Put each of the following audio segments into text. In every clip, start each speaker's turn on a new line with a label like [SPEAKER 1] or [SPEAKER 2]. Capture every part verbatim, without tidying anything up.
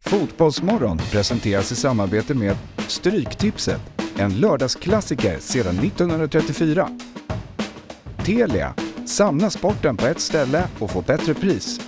[SPEAKER 1] Fotbollsmorgon presenteras i samarbete med Stryktipset, en lördagsklassiker sedan nittonhundratrettiofyra. Telia, samla sporten på ett ställe och få bättre pris.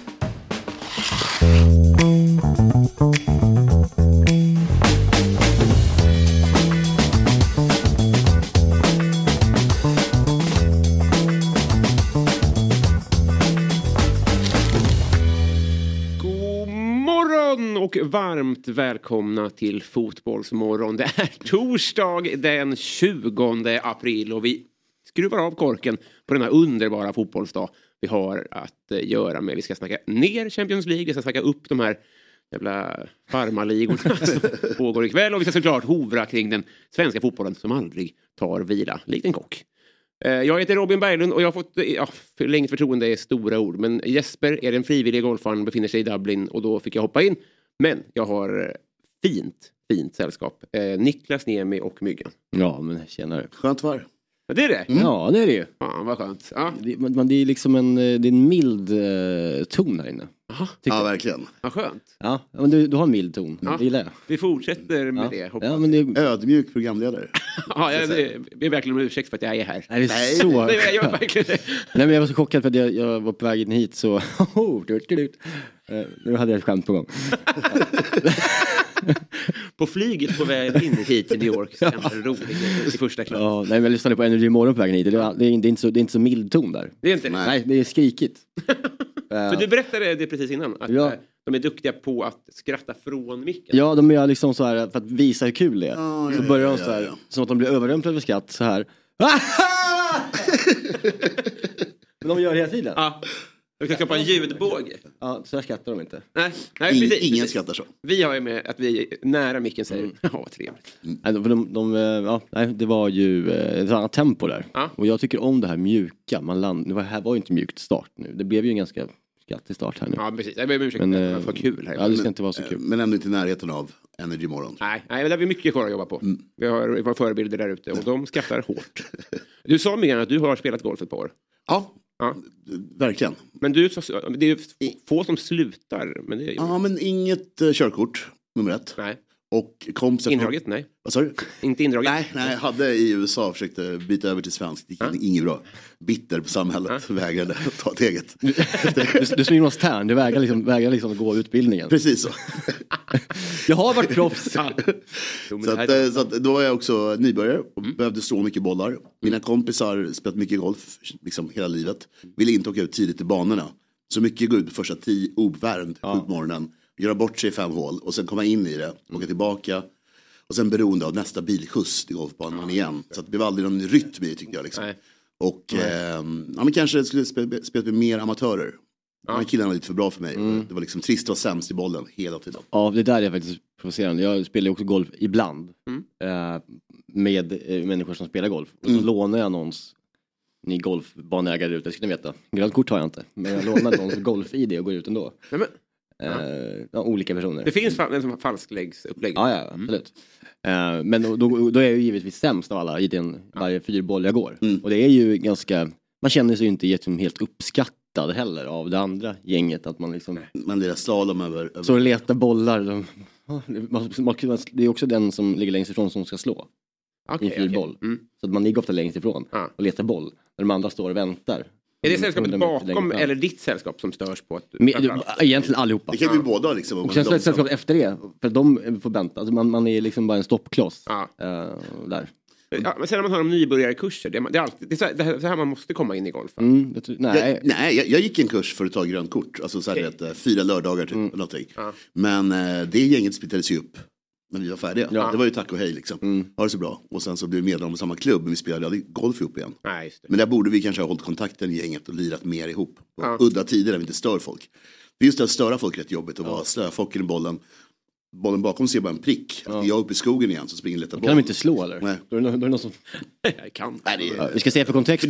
[SPEAKER 2] Och varmt välkomna till Fotbollsmorgon. Det är torsdag den tjugonde april och vi skruvar av korken på den här underbara fotbollsdag vi har att göra med. Vi ska snacka ner Champions League, vi ska snacka upp de här jävla farmaligorna som pågår ikväll och vi ska såklart hovra kring den svenska fotbollen som aldrig tar vila, likt en kock. Jag heter Robin Berglund och jag har fått, ja, förlängt förtroende är stora ord, men Jesper är den frivilliga golfaren, befinner sig i Dublin och då fick jag hoppa in. Men jag har fint, fint sällskap. Eh, Niklas Niemi och Myggen.
[SPEAKER 3] Ja, men tjänare.
[SPEAKER 4] Skönt var.
[SPEAKER 2] Ja, det är det?
[SPEAKER 3] Mm. Ja, det är det ju.
[SPEAKER 2] Ja, vad skönt. Ja.
[SPEAKER 3] Det, man, det är liksom en, det är en mild eh, ton här inne.
[SPEAKER 2] Aha.
[SPEAKER 4] Ja,
[SPEAKER 3] jag.
[SPEAKER 4] verkligen.
[SPEAKER 2] Ja, skönt.
[SPEAKER 3] Ja, men du, du har en mild ton.
[SPEAKER 2] Ja.
[SPEAKER 3] Det gillar jag.
[SPEAKER 2] Vi fortsätter med
[SPEAKER 3] ja.
[SPEAKER 2] det, hoppas.
[SPEAKER 3] Ja, men det...
[SPEAKER 4] Ödmjuk programledare.
[SPEAKER 2] Ja, jag ber verkligen om ursäkt för att jag är här.
[SPEAKER 3] Nej, det är så...
[SPEAKER 2] Nej, jag gör verkligen det.
[SPEAKER 3] Nej, men jag var så chockad för att jag, jag var på väg in hit så... Nu hade jag ett skämt på gång.
[SPEAKER 2] På flyget på väg in hit till New York så är det roligt i första klass.
[SPEAKER 3] Ja, nej, men jag lyssnade på Energy Morgon på vägen hit. Det är, det är, det är, inte, så, det är inte så mild ton där.
[SPEAKER 2] Det är inte
[SPEAKER 3] nej. nej, det är skrikigt.
[SPEAKER 2] För du berättade det precis innan. Att
[SPEAKER 3] ja.
[SPEAKER 2] de är duktiga på att skratta från micken.
[SPEAKER 3] Ja, de är liksom så här för att visa hur kul det är.
[SPEAKER 4] Oh,
[SPEAKER 3] så
[SPEAKER 4] ja,
[SPEAKER 3] börjar
[SPEAKER 4] ja,
[SPEAKER 3] de så här,
[SPEAKER 4] ja, ja.
[SPEAKER 3] som att de blir överrumplade för skratt så här. Men de gör det hela tiden.
[SPEAKER 2] Ja. Vi kan skapa en ljudbåge.
[SPEAKER 3] Ja, så här skrattar de inte.
[SPEAKER 2] Nej, nej
[SPEAKER 4] In,
[SPEAKER 2] precis.
[SPEAKER 4] ingen skrattar så.
[SPEAKER 2] Vi har ju med att vi är nära micken säger mm. Ja, vad trevligt.
[SPEAKER 3] Mm. Nej, för de, de, ja, nej, det var ju ett annat tempo där.
[SPEAKER 2] Ja.
[SPEAKER 3] Och jag tycker om det här mjuka. Man land, det var, här var ju inte mjukt start nu. Det blev ju en ganska skrattig start här nu.
[SPEAKER 2] Ja, precis. Jag ber om ursäkt
[SPEAKER 3] men,
[SPEAKER 2] det var kul här.
[SPEAKER 3] Ja, det ska inte vara så kul.
[SPEAKER 4] Men ändå inte i närheten av Energy Morgon.
[SPEAKER 2] Nej, nej, men det har vi mycket kvar att jobba på. Mm. Vi har våra förebilder där ute och de skrattar hårt. Du sa Mikael att du har spelat golf ett par år.
[SPEAKER 4] Ja, ja. Verkligen.
[SPEAKER 2] Men du, det är få som slutar. Men det är...
[SPEAKER 4] Ja, men inget uh, körkort, nummer ett.
[SPEAKER 2] Nej.
[SPEAKER 4] Och kompisar...
[SPEAKER 2] Indraget, nej.
[SPEAKER 4] Vad sa du?
[SPEAKER 2] Inte indraget.
[SPEAKER 4] Nej, nej, jag hade i U S A försökte byta över till svensk. Det gick ja. inget bra. Bitter på samhället. Ja. Vägrade ta ett eget.
[SPEAKER 3] Du, du, du som Jonas Tern, du vägrar liksom, vägrar liksom gå utbildningen.
[SPEAKER 4] Precis så.
[SPEAKER 3] Jag har varit proffs.
[SPEAKER 4] Ja. så, att, så att, då var jag också nybörjare och mm. behövde slå mycket bollar. Mina mm. kompisar spelat mycket golf liksom hela livet. Ville inte åka ut tidigt i banorna. Så mycket gå ut på första tio, uppvärmd ja. på morgonen. Göra bort sig i fem hål och sen komma in i det, åka tillbaka och sen beroende av nästa bilskjuts till golfbanan igen. Så att det blev aldrig någon rytm i tyckte jag liksom. Nej. Och eh, ja, men kanske skulle spela spe, med mer amatörer. Ja. De här killarna var lite för bra för mig. Mm. Det var liksom trist att vara sämst i bollen hela tiden.
[SPEAKER 3] Ja, det där är faktiskt provocerande. Jag spelar också golf ibland mm. eh, med eh, människor som spelar golf. Och så mm. lånar jag någons, ni golfbanägare ute, ska ni veta. Grönt kort har jag inte, men jag lånar någons golf-I D och går ut ändå.
[SPEAKER 2] Nej, men...
[SPEAKER 3] Ja. Uh, olika personer.
[SPEAKER 2] Det finns fa- en falskläggsupplägg.
[SPEAKER 3] Ja, ja, absolut. Mm. Uh, men då, då, då är jag ju givetvis sämst av alla i den varje fyrboll jag går. Mm. Och det är ju ganska, man känner sig ju inte helt uppskattad heller av det andra gänget. Att man liksom...
[SPEAKER 4] Men det är slalom över... över...
[SPEAKER 3] Så letar bollar. De, man, man, det är också den som ligger längst ifrån som ska slå. Okay, i en fyrboll. Okay. Mm. Så att man ligger ofta längst ifrån ah. och letar boll. När de andra står och väntar.
[SPEAKER 2] Är det sällskapet bakom eller ditt sällskap som störs på att du...
[SPEAKER 3] Men, du, egentligen allihopa.
[SPEAKER 4] Det kan vi båda liksom.
[SPEAKER 3] Och sen så är det sällskapet efter det. För de får vänta. Alltså man, man är liksom bara en stoppkloss. Ja. Uh, där.
[SPEAKER 2] Ja, men sen när man hör om nybörjarkurser. Det är, det är, alltid, det är så, här, det är så här man måste komma in i golfen.
[SPEAKER 3] Mm, det, nej,
[SPEAKER 4] jag, nej jag, jag gick en kurs för att ta grönt kort. Alltså så här, okay. det, fyra lördagar typ. Mm. Någonting. Ja. Men uh, det gänget splittrades ju upp. Men vi var färdiga. Ja. Det var ju tack och hej liksom. Mm. Ha det så bra. Och sen så blev vi medlemmar i samma klubb. Men vi spelade aldrig golf ihop igen.
[SPEAKER 2] Nej, just det.
[SPEAKER 4] Men där borde vi kanske ha hållit kontakten i gänget och lirat mer ihop. Ja. Udda tider där vi inte stör folk. Det är just att störa folk rätt jobbigt. Och ja. vara slöfocken i bollen. Bollen bakom ser bara en prick. Ja. Jag är uppe i skogen igen så springer leta boll.
[SPEAKER 3] Kan de inte slå eller?
[SPEAKER 4] Nej.
[SPEAKER 3] Då är det, då är det någon som...
[SPEAKER 2] Jag kan.
[SPEAKER 4] Nej, det är...
[SPEAKER 3] ja, vi ska säga för kontext.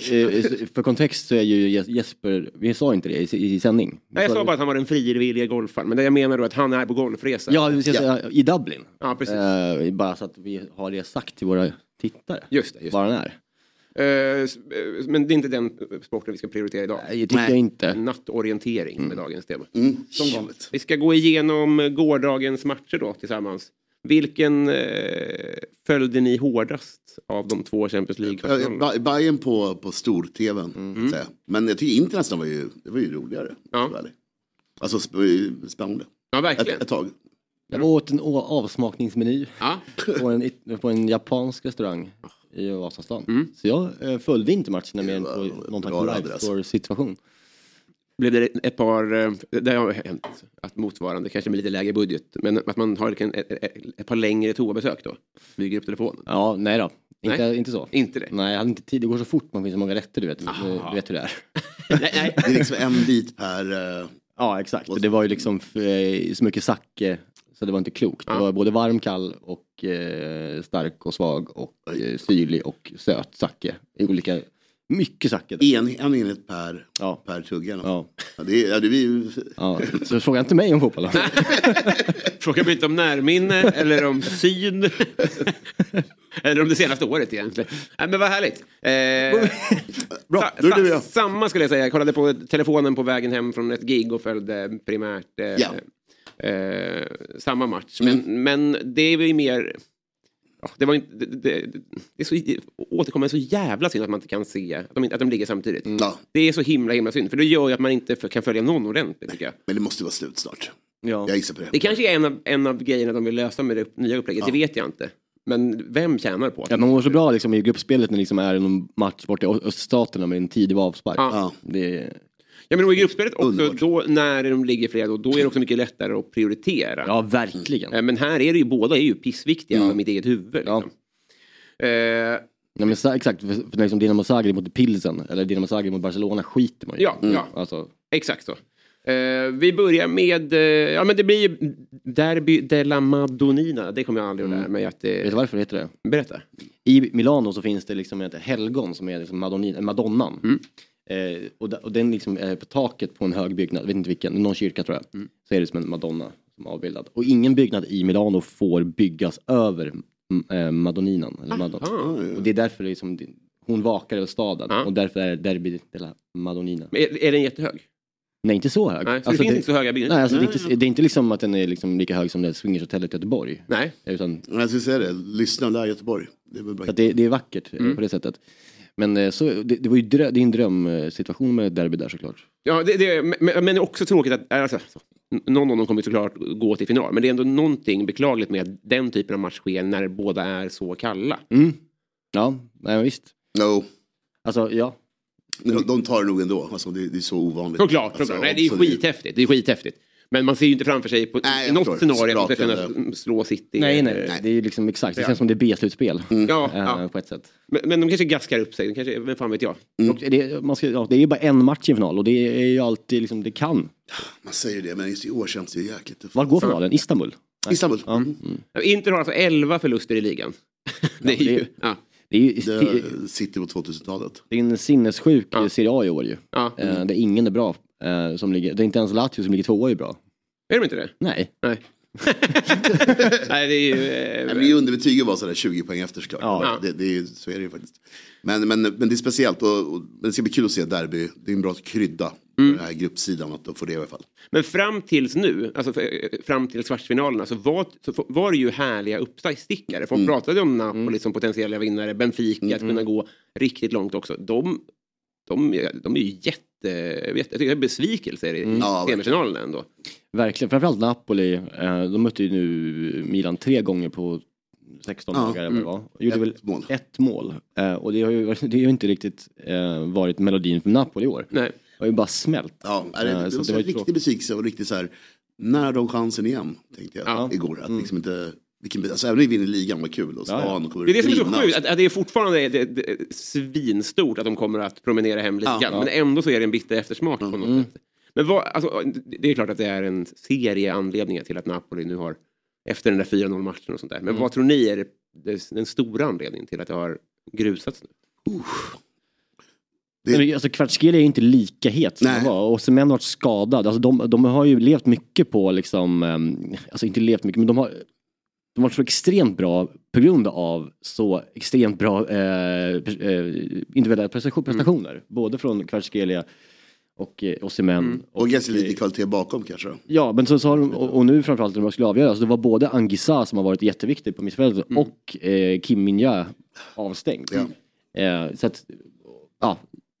[SPEAKER 3] För kontext så är ju Jesper, vi sa inte det i, i sändning.
[SPEAKER 2] Nej, jag sa bara att han var en frivillig golfare. Men det jag menar då att han är på golfresa.
[SPEAKER 3] Ja, vi ska säga, ja. i Dublin.
[SPEAKER 2] Ja, precis.
[SPEAKER 3] Uh, bara så att vi har det sagt till våra tittare.
[SPEAKER 2] Just det, just
[SPEAKER 3] var han är.
[SPEAKER 2] Uh, men det är inte den sporten vi ska prioritera idag.
[SPEAKER 3] Nej, jag tycker Nej. inte.
[SPEAKER 2] Nattorientering mm. med dagens tema.
[SPEAKER 4] Mm. Som vanligt.
[SPEAKER 2] Vi ska gå igenom gårdagens matcher då tillsammans. Vilken eh, följde ni hårdast av de två Champions League?
[SPEAKER 4] Bayern på, på stor-tvn. Mm. Säga. Men jag tycker inte nästan var ju, det var ju roligare.
[SPEAKER 2] Ja.
[SPEAKER 4] Alltså spännande.
[SPEAKER 2] Ja, verkligen.
[SPEAKER 4] Ett, ett tag.
[SPEAKER 3] Jag var åt en avsmakningsmeny
[SPEAKER 2] ja.
[SPEAKER 3] på, en, på en japansk restaurang i Vasastan. Mm. Så jag eh, följde inte matcherna mer än på någon slags live-store-situation.
[SPEAKER 2] Blev det ett par, det har hänt att motsvarande, kanske med lite lägre budget, men att man har ett, ett, ett par längre toabesök då? Bygger upp telefonen.
[SPEAKER 3] Ja, nej då. Inte,
[SPEAKER 2] nej?
[SPEAKER 3] inte så.
[SPEAKER 2] Inte det?
[SPEAKER 3] Nej, jag hade inte tid. Det går så fort, man finns så många rätter, du vet. Du vet hur det är.
[SPEAKER 2] nej, nej.
[SPEAKER 4] Det är liksom en bit per... Uh...
[SPEAKER 3] Ja, exakt. Och det var ju liksom så mycket sake, så det var inte klokt. Ja. Det var både varm, kall och eh, stark och svag och eh, syrlig och söt sake i olika... Mycket sake.
[SPEAKER 4] En, en enhet per,
[SPEAKER 3] ja.
[SPEAKER 4] per tugga.
[SPEAKER 3] Ja.
[SPEAKER 4] Ja, det, ja, det är ju...
[SPEAKER 3] ja. Så fråga inte mig om fotboll.
[SPEAKER 2] Fråga mig inte om närminne eller om syn. Eller om det senaste året egentligen. Nej, men vad härligt. Eh,
[SPEAKER 4] Bra,
[SPEAKER 2] sa,
[SPEAKER 4] då är det jag.
[SPEAKER 2] Samma skulle jag säga. Jag kollade på telefonen på vägen hem från ett gig och följde primärt eh,
[SPEAKER 4] ja.
[SPEAKER 2] eh, samma match. Men, mm. men det är ju mer... Ja, det var inte, det, det, det är så återkommer så jävla synd att man inte kan se att de, att de ligger samtidigt. Mm. Ja. Det är så himla himla synd, för det gör ju att man inte för, kan följa någon ordentligt, tycker jag.
[SPEAKER 4] Men det måste vara slut snart.
[SPEAKER 3] Ja.
[SPEAKER 4] Jag gissar på det.
[SPEAKER 2] Det kanske är en av, en av grejerna de vill lösa med det nya upplägget, ja. Det vet jag inte. Men vem tjänar på det?
[SPEAKER 3] Ja, man mår så bra liksom, i gruppspelet när det liksom är en match bort i öststaterna med en tidig avspark.
[SPEAKER 2] Ja.
[SPEAKER 3] Ja. Det
[SPEAKER 2] Ja, men i gruppspelet också, då, när de ligger flera, då, då är det också mycket lättare att prioritera.
[SPEAKER 3] Ja, verkligen.
[SPEAKER 2] Mm. Men här är det ju, båda är ju pissviktiga mm. av mitt eget huvud. Liksom.
[SPEAKER 3] Ja. Eh, Ja, men exakt, för, för liksom Dinamo Zagreb mot Pilsen eller Dinamo Zagreb mot Barcelona skiter man ju.
[SPEAKER 2] Ja, mm. ja. Alltså. Exakt så. Uh, vi börjar med, uh, ja men det blir ju Derby della Madonnina. Det kommer jag aldrig att lära mig att det...
[SPEAKER 3] Vet du varför det heter det?
[SPEAKER 2] Berätta.
[SPEAKER 3] I Milano så finns det liksom ett helgon som är liksom Madonnina, Madonnan. Mm. Uh, och, da, och den liksom är på taket på en hög byggnad, jag vet inte vilken, någon kyrka tror jag. Mm. Så är det som en Madonna som är avbildad. Och ingen byggnad i Milano får byggas över Madonninan eller Madonna. Ah, och det är därför liksom, hon vakar över staden ah. och därför är det Derby della Madonnina.
[SPEAKER 2] Men är, är den jättehög?
[SPEAKER 3] Nej, inte så hög.
[SPEAKER 2] Nej, så
[SPEAKER 3] alltså,
[SPEAKER 2] det finns
[SPEAKER 3] det,
[SPEAKER 2] inte så höga byggnader?
[SPEAKER 3] Nej, alltså, nej, det, är inte, det är inte liksom att den är liksom lika hög som det Swingershotellet i Göteborg.
[SPEAKER 2] Nej.
[SPEAKER 3] Utan,
[SPEAKER 4] jag ska säga det, lyssna och lär Göteborg. Det är, bra.
[SPEAKER 3] Det, det är vackert mm. på det sättet. Men så, det, det var ju drö, det är en drömsituation med derby där såklart.
[SPEAKER 2] Ja, det, det, men, men det är också tråkigt att alltså, någon av dem kommer såklart gå till final. Men det är ändå någonting beklagligt med att den typen av match sker när båda är så kalla.
[SPEAKER 3] Mm. Ja, nej, visst.
[SPEAKER 4] No.
[SPEAKER 3] Alltså, ja.
[SPEAKER 4] De, de tar det nog ändå. Alltså, det, det är så ovanligt.
[SPEAKER 2] Såklart,
[SPEAKER 4] alltså,
[SPEAKER 2] såklart. Nej, det är skithäftigt. Det är skithäftigt. Men man ser ju inte framför sig på nej, något scenario att kunna slå City.
[SPEAKER 3] Nej, nej, nej. Det är ju liksom exakt. Det känns ja. som det är B-slutspel. Mm.
[SPEAKER 2] Ja,
[SPEAKER 3] äh,
[SPEAKER 2] ja.
[SPEAKER 3] På ett sätt.
[SPEAKER 2] Men, men de kanske gaskar upp sig. De kanske, vem fan vet jag.
[SPEAKER 3] Mm. Det, man ska, ja, det är ju bara en match i final. Och det är ju alltid liksom, det kan.
[SPEAKER 4] Man säger det, men i år känns det ju jäkligt tufft.
[SPEAKER 3] Var går finalen? Ja. Istanbul?
[SPEAKER 4] Nej. Istanbul. Ja. Mm.
[SPEAKER 2] Mm. Inter har alltså elva förluster i ligan. det är
[SPEAKER 3] ja,
[SPEAKER 2] ju...
[SPEAKER 3] Det,
[SPEAKER 2] ja.
[SPEAKER 3] Det är ju
[SPEAKER 4] det sitter på tvåtusentalet.
[SPEAKER 3] Det är en sinnessjuk ja. Serie A i år ju.
[SPEAKER 2] Ja.
[SPEAKER 3] Mm. Uh, det är ingen är bra. Uh, som ligger, det är inte ens Lazio som ligger tvåa är bra.
[SPEAKER 2] Är de inte det?
[SPEAKER 3] Nej.
[SPEAKER 2] Nej. Nej, det är ju... Eh,
[SPEAKER 4] Nej, men ju underbetyget var sådär tjugo poäng efter såklart.
[SPEAKER 2] Ja.
[SPEAKER 4] Det, det är, så är det ju faktiskt. Men, men, men det är speciellt och, och det ska bli kul att se derby. Det är en bra krydda mm. på den här gruppsidan att få det i alla fall.
[SPEAKER 2] Men fram tills nu, alltså fram till kvartsfinalerna så var, så var det ju härliga uppstickare. Folk mm. pratade om Napoli mm. som potentiella vinnare, Benfica mm. att kunna gå riktigt långt också. De, de, de är ju jätte, jätte besvikelser i mm. semifinalen ändå.
[SPEAKER 3] Verkligen, framförallt Napoli. De mötte ju nu Milan tre gånger på sexton ja. dagar eller vad. Gjorde
[SPEAKER 4] ett
[SPEAKER 3] väl
[SPEAKER 4] mål.
[SPEAKER 3] ett mål. Och det har ju, det har ju inte riktigt varit melodin för Napoli i år.
[SPEAKER 2] Nej.
[SPEAKER 3] Det har ju bara smält.
[SPEAKER 4] Ja, det, det, det var så en riktig besvikelse och riktigt så här, när de chansen igen, tänkte jag ja. igår. Att mm. liksom inte, vilken, alltså även om vi vinner ligan var kul. Och
[SPEAKER 2] ja, ja. Det är det som är så sjukt, att, att det är fortfarande det, det, svinstort att de kommer att promenera hem ligan. Ja. Men ändå så är det en bitter eftersmak mm. på något mm. sätt. Men vad, alltså, det är klart att det är en serie anledningar till att Napoli nu har efter den där fyra noll matchen och sånt där. Men mm. vad tror ni är det, den stora anledningen till att det har grusats nu? Uh.
[SPEAKER 3] Det... Alltså Kvaratskhelia är inte lika het som han var. Och Semen har varit skadad. Alltså de, de har ju levt mycket på liksom, alltså inte levt mycket, men de har de var så extremt bra på grund av så extremt bra eh, eh, individuella prestationer. Mm. Både från Kvaratskhelia och eh, Osimhen.
[SPEAKER 4] Mm. Och, och ganska lite kvalitet bakom kanske.
[SPEAKER 3] Ja, men så, så har de, och, och nu framförallt när de skulle avgöra. Så det var både Anguissa som har varit jätteviktig på mittfältet mm. och eh, Kim Min-jae avstängd. Ja. Eh, så att, ja.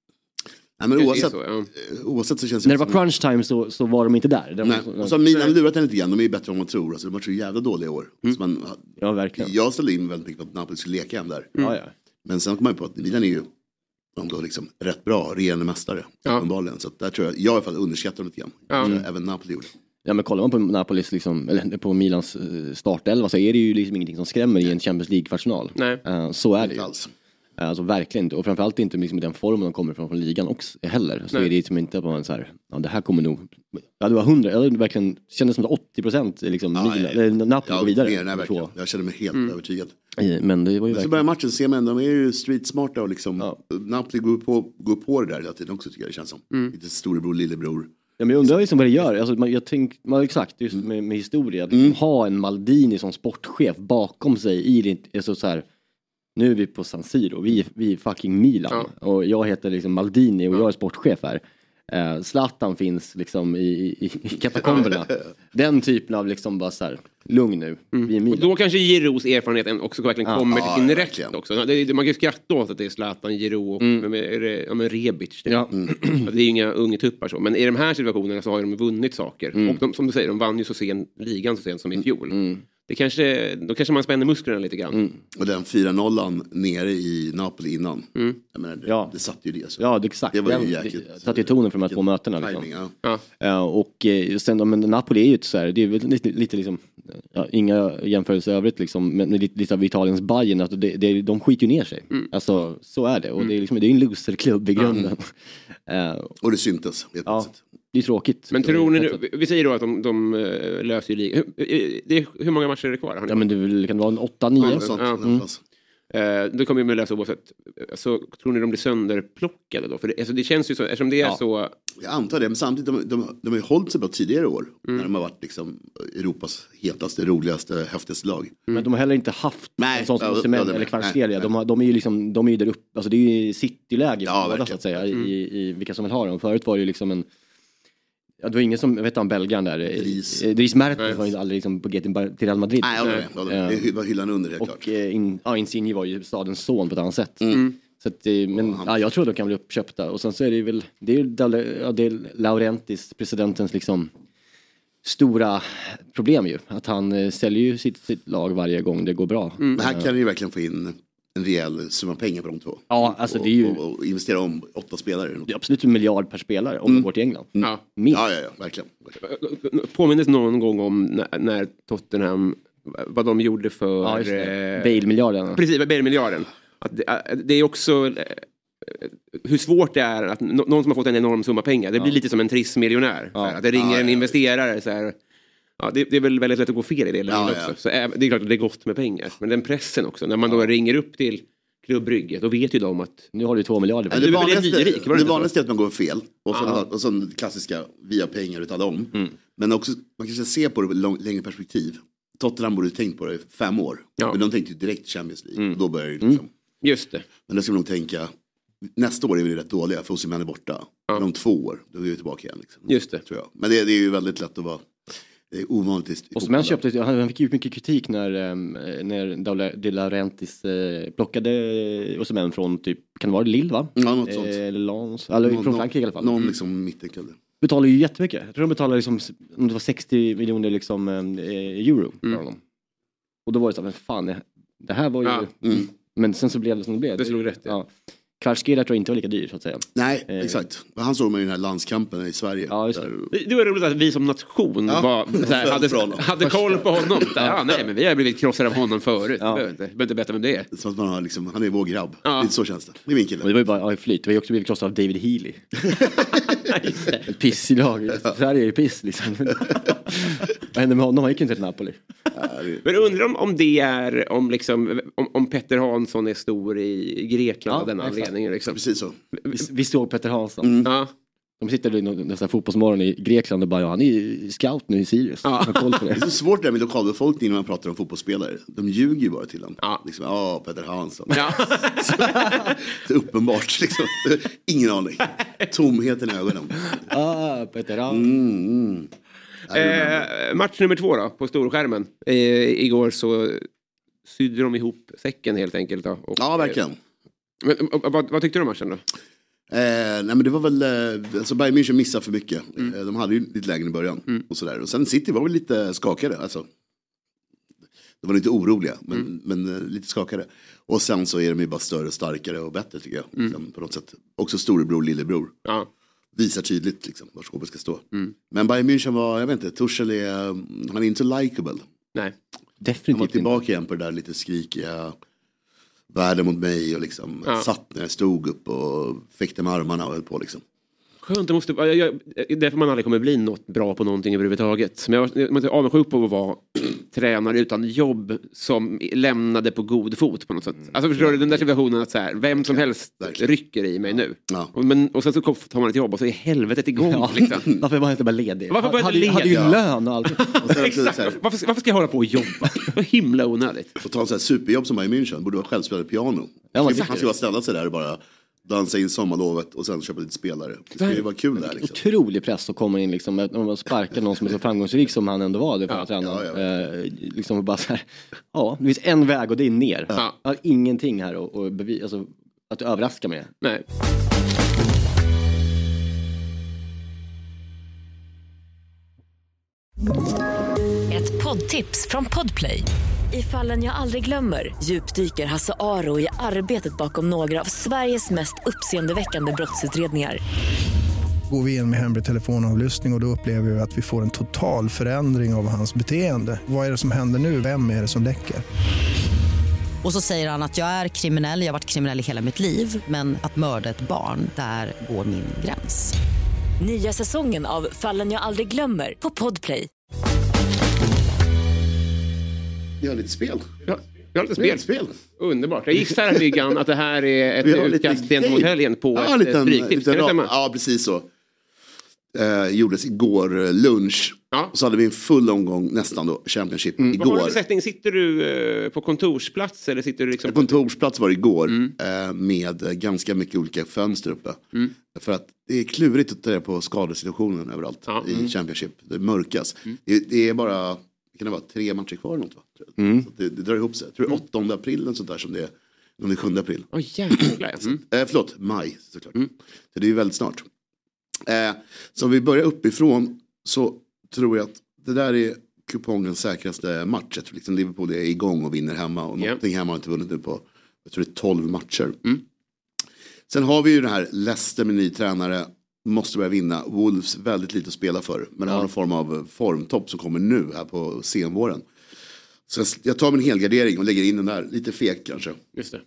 [SPEAKER 4] Nej, men oavsett, så, ja. oavsett så känns det
[SPEAKER 3] när det var crunch time så, så var de inte där. De
[SPEAKER 4] Nej,
[SPEAKER 3] så,
[SPEAKER 4] och så har Milan lurat en lite grann. De är ju bättre än man tror. Alltså, de har varit så jävla dåliga i år.
[SPEAKER 3] Mm.
[SPEAKER 4] Så man,
[SPEAKER 3] ja, verkligen.
[SPEAKER 4] Jag ställde in väldigt mycket på att Napoli skulle leka hem där.
[SPEAKER 3] Mm. Ja, ja.
[SPEAKER 4] Men sen kom man ju på att Milan är ju ändå liksom rätt bra, regerande mästare. Ja. Så där tror jag, jag i alla fall underskattar dem lite grann. Ja. Mm. Även Napoli gjorde.
[SPEAKER 3] Ja, men kollar man på Napolis liksom, eller på Milans startelva så är det ju liksom ingenting som skrämmer i en Champions League-kvartsfinal.
[SPEAKER 2] Nej.
[SPEAKER 3] Uh, så är det ju.
[SPEAKER 4] Alls.
[SPEAKER 3] Alltså verkligen inte. Och framförallt inte liksom den formen de kommer från, från ligan också heller. Så Nej. Är det liksom inte bara så här, ja det här kommer nog, ja det var hundra, ja, det verkligen kändes som att åttio procent liksom,
[SPEAKER 4] ja,
[SPEAKER 3] Mila, eller Napoli går vidare.
[SPEAKER 4] Mer, nej, verkligen. Jag kände mig helt mm. övertygad.
[SPEAKER 3] Men det var ju
[SPEAKER 4] men så börjar matchen se, men de är ju streetsmarta och liksom, ja. Napoli går på, går på det där hela tiden också tycker jag det känns som. Mm. Lite storebror, lillebror.
[SPEAKER 3] Ja, men jag undrar liksom vad det gör. Alltså, man, jag tänk, man, exakt, just mm. med, med historia. Att mm. ha en Maldini som sportchef bakom sig i det, alltså, så här. Nu är vi på San Siro, vi, vi är fucking Milan. Ja. Och jag heter liksom Maldini och ja. jag är sportchef här. Uh, Zlatan finns liksom i, i, i katakomberna. Den typen av liksom bara så här, lugn nu, mm. vi är Milan.
[SPEAKER 2] Och då kanske Giroux erfarenhet också verkligen ja. kommer till sin ja, rätt ja. också. Det, det, man kan ju skratta åt att det är Zlatan, Giroux och mm. med, med, ja, med Rebic. Det. Ja. Mm. Det är ju inga unga tuppar så. Men i de här situationerna så har de vunnit saker. Mm. Och de, som du säger, de vann ju så sen ligan så sent som i fjol. Mm. Det kanske, då kanske man spänner musklerna lite grann. Mm.
[SPEAKER 4] Och den fyra nollan nere i Napoli innan. Mm. Jag menar, det, ja. det satt ju det. Så.
[SPEAKER 3] Ja, det, exakt.
[SPEAKER 4] Det var ju jäkligt.
[SPEAKER 3] Det satt ju tonen för de här två mötena. Liksom.
[SPEAKER 4] Timing,
[SPEAKER 3] ja. Ja. Uh, och uh, sen, men Napoli är ju så här, det är lite, lite liksom, ja, inga jämförelser övrigt liksom, men lite, lite av Italiens Bayern, att det, det, de skiter ju ner sig. Mm. Alltså, så är det. Och mm. det är liksom, det är en loserklubb i grunden. Mm. Uh,
[SPEAKER 4] och det syntes.
[SPEAKER 3] Ja. Det är tråkigt.
[SPEAKER 2] Men tror ni nu, vi säger då att de, de uh, löser ju ligan. Hur, det, hur många matcher är det kvar?
[SPEAKER 3] Ja, men det kan vara en åtta nio.
[SPEAKER 4] Ja, mm.
[SPEAKER 2] Uh, det kommer ju med lösa oavsett. Så tror ni de blir sönderplockade då? För det, alltså det känns ju så, eftersom det är ja. så...
[SPEAKER 4] Jag antar det, men samtidigt de, de, de har ju hållit sig bra tidigare år. Mm. När de har varit liksom Europas hetaste, roligaste, häftigaste lag. Mm.
[SPEAKER 3] Men de har heller inte haft
[SPEAKER 4] nej,
[SPEAKER 3] en sån som Osimhen eller Kvaratskhelia. De, de är ju liksom, de är ju där uppe, alltså det är ju cityläge
[SPEAKER 4] ja,
[SPEAKER 3] båda, så att säga, mm. i, i vilka som vill ha dem. Förut var det ju liksom en... Ja, det var ingen som, jag vet om belgaren där. Dries. Dries Mertens var ju aldrig liksom på G till Real Madrid.
[SPEAKER 4] Nej, jag det. Det. Det var hyllan under helt
[SPEAKER 3] och,
[SPEAKER 4] klart.
[SPEAKER 3] Och in, ja, Insigne var ju stadens son på ett annat sätt. Mm. Så att, men ja, jag tror de kan bli uppköpta. Och sen så är det väl, det är ju ja, det är Laurentis, presidentens liksom stora problem ju. Att han säljer ju sitt, sitt lag varje gång det går bra.
[SPEAKER 4] Mm. Men här kan du ju verkligen få in en rejäl summa pengar på de två.
[SPEAKER 3] Ja, alltså det är ju...
[SPEAKER 4] Och, och investera om åtta spelare.
[SPEAKER 3] Det är absolut en miljard per spelare om mm. det går till England.
[SPEAKER 4] Mm. Ja. ja, ja, ja, verkligen.
[SPEAKER 2] Påminnes någon gång om när, när Tottenham, vad de gjorde för...
[SPEAKER 3] Ja, eh, Bale-miljarden.
[SPEAKER 2] Precis, Bale-miljarden. Att det, det är också... Eh, hur svårt det är att någon som har fått en enorm summa pengar, det blir ja. lite som en trissmiljonär. Ja. Att det ringer ja, en investerare så här... Ja, det, det är väl väldigt lätt att gå fel i det ja, också. Ja. Så är, det är klart att det är gott med pengar. Men den pressen också. När man då ja. ringer upp till klubbrygget, då vet ju de att
[SPEAKER 3] nu har du två miljarder.
[SPEAKER 4] Ja, det vanligaste, rik, det vanligaste är att man går fel. Och så, och så en klassiska via pengar utan om. Mm. Men också, man kanske ser på det lång, längre perspektiv. Tottenham borde tänkt på det i fem år. Ja. Men de tänkte ju direkt Champions League. Mm. Och då börjar det liksom. Mm.
[SPEAKER 2] Just det.
[SPEAKER 4] Men då ska man nog tänka, nästa år är vi rätt dåliga för Osimhen är borta. Ja. Men om två år, då är vi tillbaka igen. Liksom.
[SPEAKER 2] Just det.
[SPEAKER 4] Tror jag. Men det, det är ju väldigt lätt att vara... Det är ovanligt.
[SPEAKER 3] Och som han köpte, han fick ju mycket kritik när, när De Laurentiis plockade Osimhen från typ, kan det vara Lille va?
[SPEAKER 4] Ja, något sånt.
[SPEAKER 3] Eller Lens, eller någon, från Frankrike i alla fall.
[SPEAKER 4] Någon liksom mittenklubb.
[SPEAKER 3] Betalar ju jättemycket. Jag tror de betalar liksom, om det var sextio miljoner liksom, euro för
[SPEAKER 2] mm.
[SPEAKER 3] honom. Och då var det så här, men fan, det här var ju...
[SPEAKER 2] Ja.
[SPEAKER 3] Mm. Men sen så blev det som det blev.
[SPEAKER 2] Det slog rätt, ja.
[SPEAKER 3] ja. Kvaratskhelia tror jag inte var lika dyr så att säga.
[SPEAKER 4] Nej, eh. exakt. Han såg man ju den här landskampen i Sverige.
[SPEAKER 3] Ja, just det.
[SPEAKER 2] Där... det var roligt att vi som nation ja. var, såhär, hade, hade koll på honom. Ja, nej, men vi har blivit krossade av honom förut. Ja. Jag behöver inte berätta vem det är.
[SPEAKER 4] Som att man har liksom, han är vår grabb. Ja. Lite så känns det. Det är min kille.
[SPEAKER 3] Och det var ju bara ja, flyt. Vi har också blivit krossade av David Healy. Ett piss i lag. Ja. Så här är det piss liksom. Vad hände med honom? Han gick inte till Napoli.
[SPEAKER 2] Men undrar om, om det är om, liksom, om, om Petter Hansson är stor i Grekland ja, av den anledningen. Liksom.
[SPEAKER 4] Precis så.
[SPEAKER 3] Vi, vi såg Petter Hansson.
[SPEAKER 2] Mm. Ja.
[SPEAKER 3] De sitter i nästan fotbollsmorgon i Grekland och bara, ja, han är scout nu i Sirius.
[SPEAKER 2] Ja.
[SPEAKER 4] Det. det är så svårt där med lokalbefolkningen när man pratar om fotbollsspelare. De ljuger ju bara till dem. Ja, liksom, ja Peter Hansson. Ja. Det är uppenbart liksom. Ingen aning. Tomheten i ögonen.
[SPEAKER 3] Ah, Peter Hansson.
[SPEAKER 4] Mm, mm.
[SPEAKER 2] Eh, match nummer två då, på storskärmen. Eh, igår så sydde de ihop säcken helt enkelt. Då, och,
[SPEAKER 4] ja, verkligen.
[SPEAKER 2] Men, vad, vad tyckte du om matchen då?
[SPEAKER 4] Eh, nej men det var väl eh, alltså Bayern München missade för mycket. Mm. Eh, de hade ju lite lägen i början mm. och sådär. Och sen City var väl lite skakade alltså. De var lite oroliga men, mm. men eh, lite skakade. Och sen så är de ju bara större, starkare och bättre tycker jag. Mm. Liksom, på något sätt. Också storebror, lillebror. Ja. Visar tydligt liksom var skåpet ska stå. Mm. Men Bayern München var, jag vet inte, Tuchel är, han är inte så likable.
[SPEAKER 2] Nej,
[SPEAKER 4] definitivt. Han var tillbaka inte. Igen på det där lite skrikiga världen mot mig och liksom ja. Satt när jag stod upp och fäckte med armarna och höll på liksom.
[SPEAKER 2] Skönt, det måste, jag, jag, därför man aldrig kommer bli något bra på någonting överhuvudtaget. Men jag, jag är avundsjuk på att vara tränare utan jobb som lämnade på god fot på något sätt. Alltså förstår du den där situationen att så här, vem som helst verkligen rycker i mig nu. Ja. Och, men, och sen så tar man ett jobb och så är helvetet igång. Ja. Liksom.
[SPEAKER 3] Varför var man inte bara ledig?
[SPEAKER 2] Varför bara
[SPEAKER 3] hade,
[SPEAKER 2] ledig?
[SPEAKER 3] hade ju lön och allt.
[SPEAKER 2] Och exakt. Här, varför, varför ska jag hålla på och jobba? Det var himla onödigt.
[SPEAKER 4] Och ta en sån här superjobb som Bayern München borde vara självspelande piano. Ja, man ska bara ställa sig där och bara dansa in sommarlovet och sen köpa lite spelare. Det skulle vara kul där liksom.
[SPEAKER 3] Otrolig press att komma in liksom, när man sparkar någon som är så framgångsrik som han ändå var det för att träna. Ja, ja. Eh, liksom bara så här, ja, det finns en väg och det är ner. Ja. Jag har ingenting här och, och bevis, alltså, att du överraskar med.
[SPEAKER 2] Nej.
[SPEAKER 5] Ett poddtips från Podplay. I Fallen jag aldrig glömmer djupdyker Hasse Aro i arbetet bakom några av Sveriges mest uppseendeväckande brottsutredningar.
[SPEAKER 6] Går vi in med hemlig telefonavlyssning och, och då upplever vi att vi får en total förändring av hans beteende. Vad är det som händer nu? Vem är det som läcker?
[SPEAKER 7] Och så säger han att jag är kriminell, jag har varit kriminell i hela mitt liv. Men att mörda ett barn, där går min gräns.
[SPEAKER 5] Nya säsongen av Fallen jag aldrig glömmer på Podplay.
[SPEAKER 4] Vi har lite spel.
[SPEAKER 2] Ja, vi har lite spel.
[SPEAKER 4] spel.
[SPEAKER 2] Underbart. Jag gissar Myggan att det här är ett utkast gentemot helgen på ja, ett stryktips. Kan det stämma?
[SPEAKER 4] Ja, precis så. Eh, gjordes igår lunch. Ja. Och så hade vi en full omgång nästan då, Championship mm. igår.
[SPEAKER 2] Vad var det för sättning? Sitter du eh, på kontorsplats eller sitter du liksom...
[SPEAKER 4] Kontorsplats var det igår mm. eh, med ganska mycket olika fönster uppe. Mm. För att det är klurigt att ta på skadesituationen överallt ja. i mm. Championship. Det mörkas. Mm. Det, det är bara... Kan det vara tre matcher kvar något va? Mm. Så det, det drar ihop sig. Jag tror det är åttonde april och sånt där som det är. Om det är sjunde april.
[SPEAKER 2] Åh oh, jävlar. Mm.
[SPEAKER 4] Eh, förlåt, maj såklart. Mm. Så det är ju väldigt snart. Eh, så om vi börjar uppifrån så tror jag att det där är kupongens säkraste match. Jag tror liksom Liverpool är igång och vinner hemma. Och yeah. någonting hemma har inte vunnit nu på, jag tror det är tolv matcher. Mm. Sen har vi ju det här Leicester med ny tränare. Måste börja vinna. Wolves väldigt lite att spela för. Men ja. har någon form av formtopp som kommer nu här på senvåren. Så jag tar min helgardering och lägger in den där. Lite fek kanske.
[SPEAKER 2] Just det.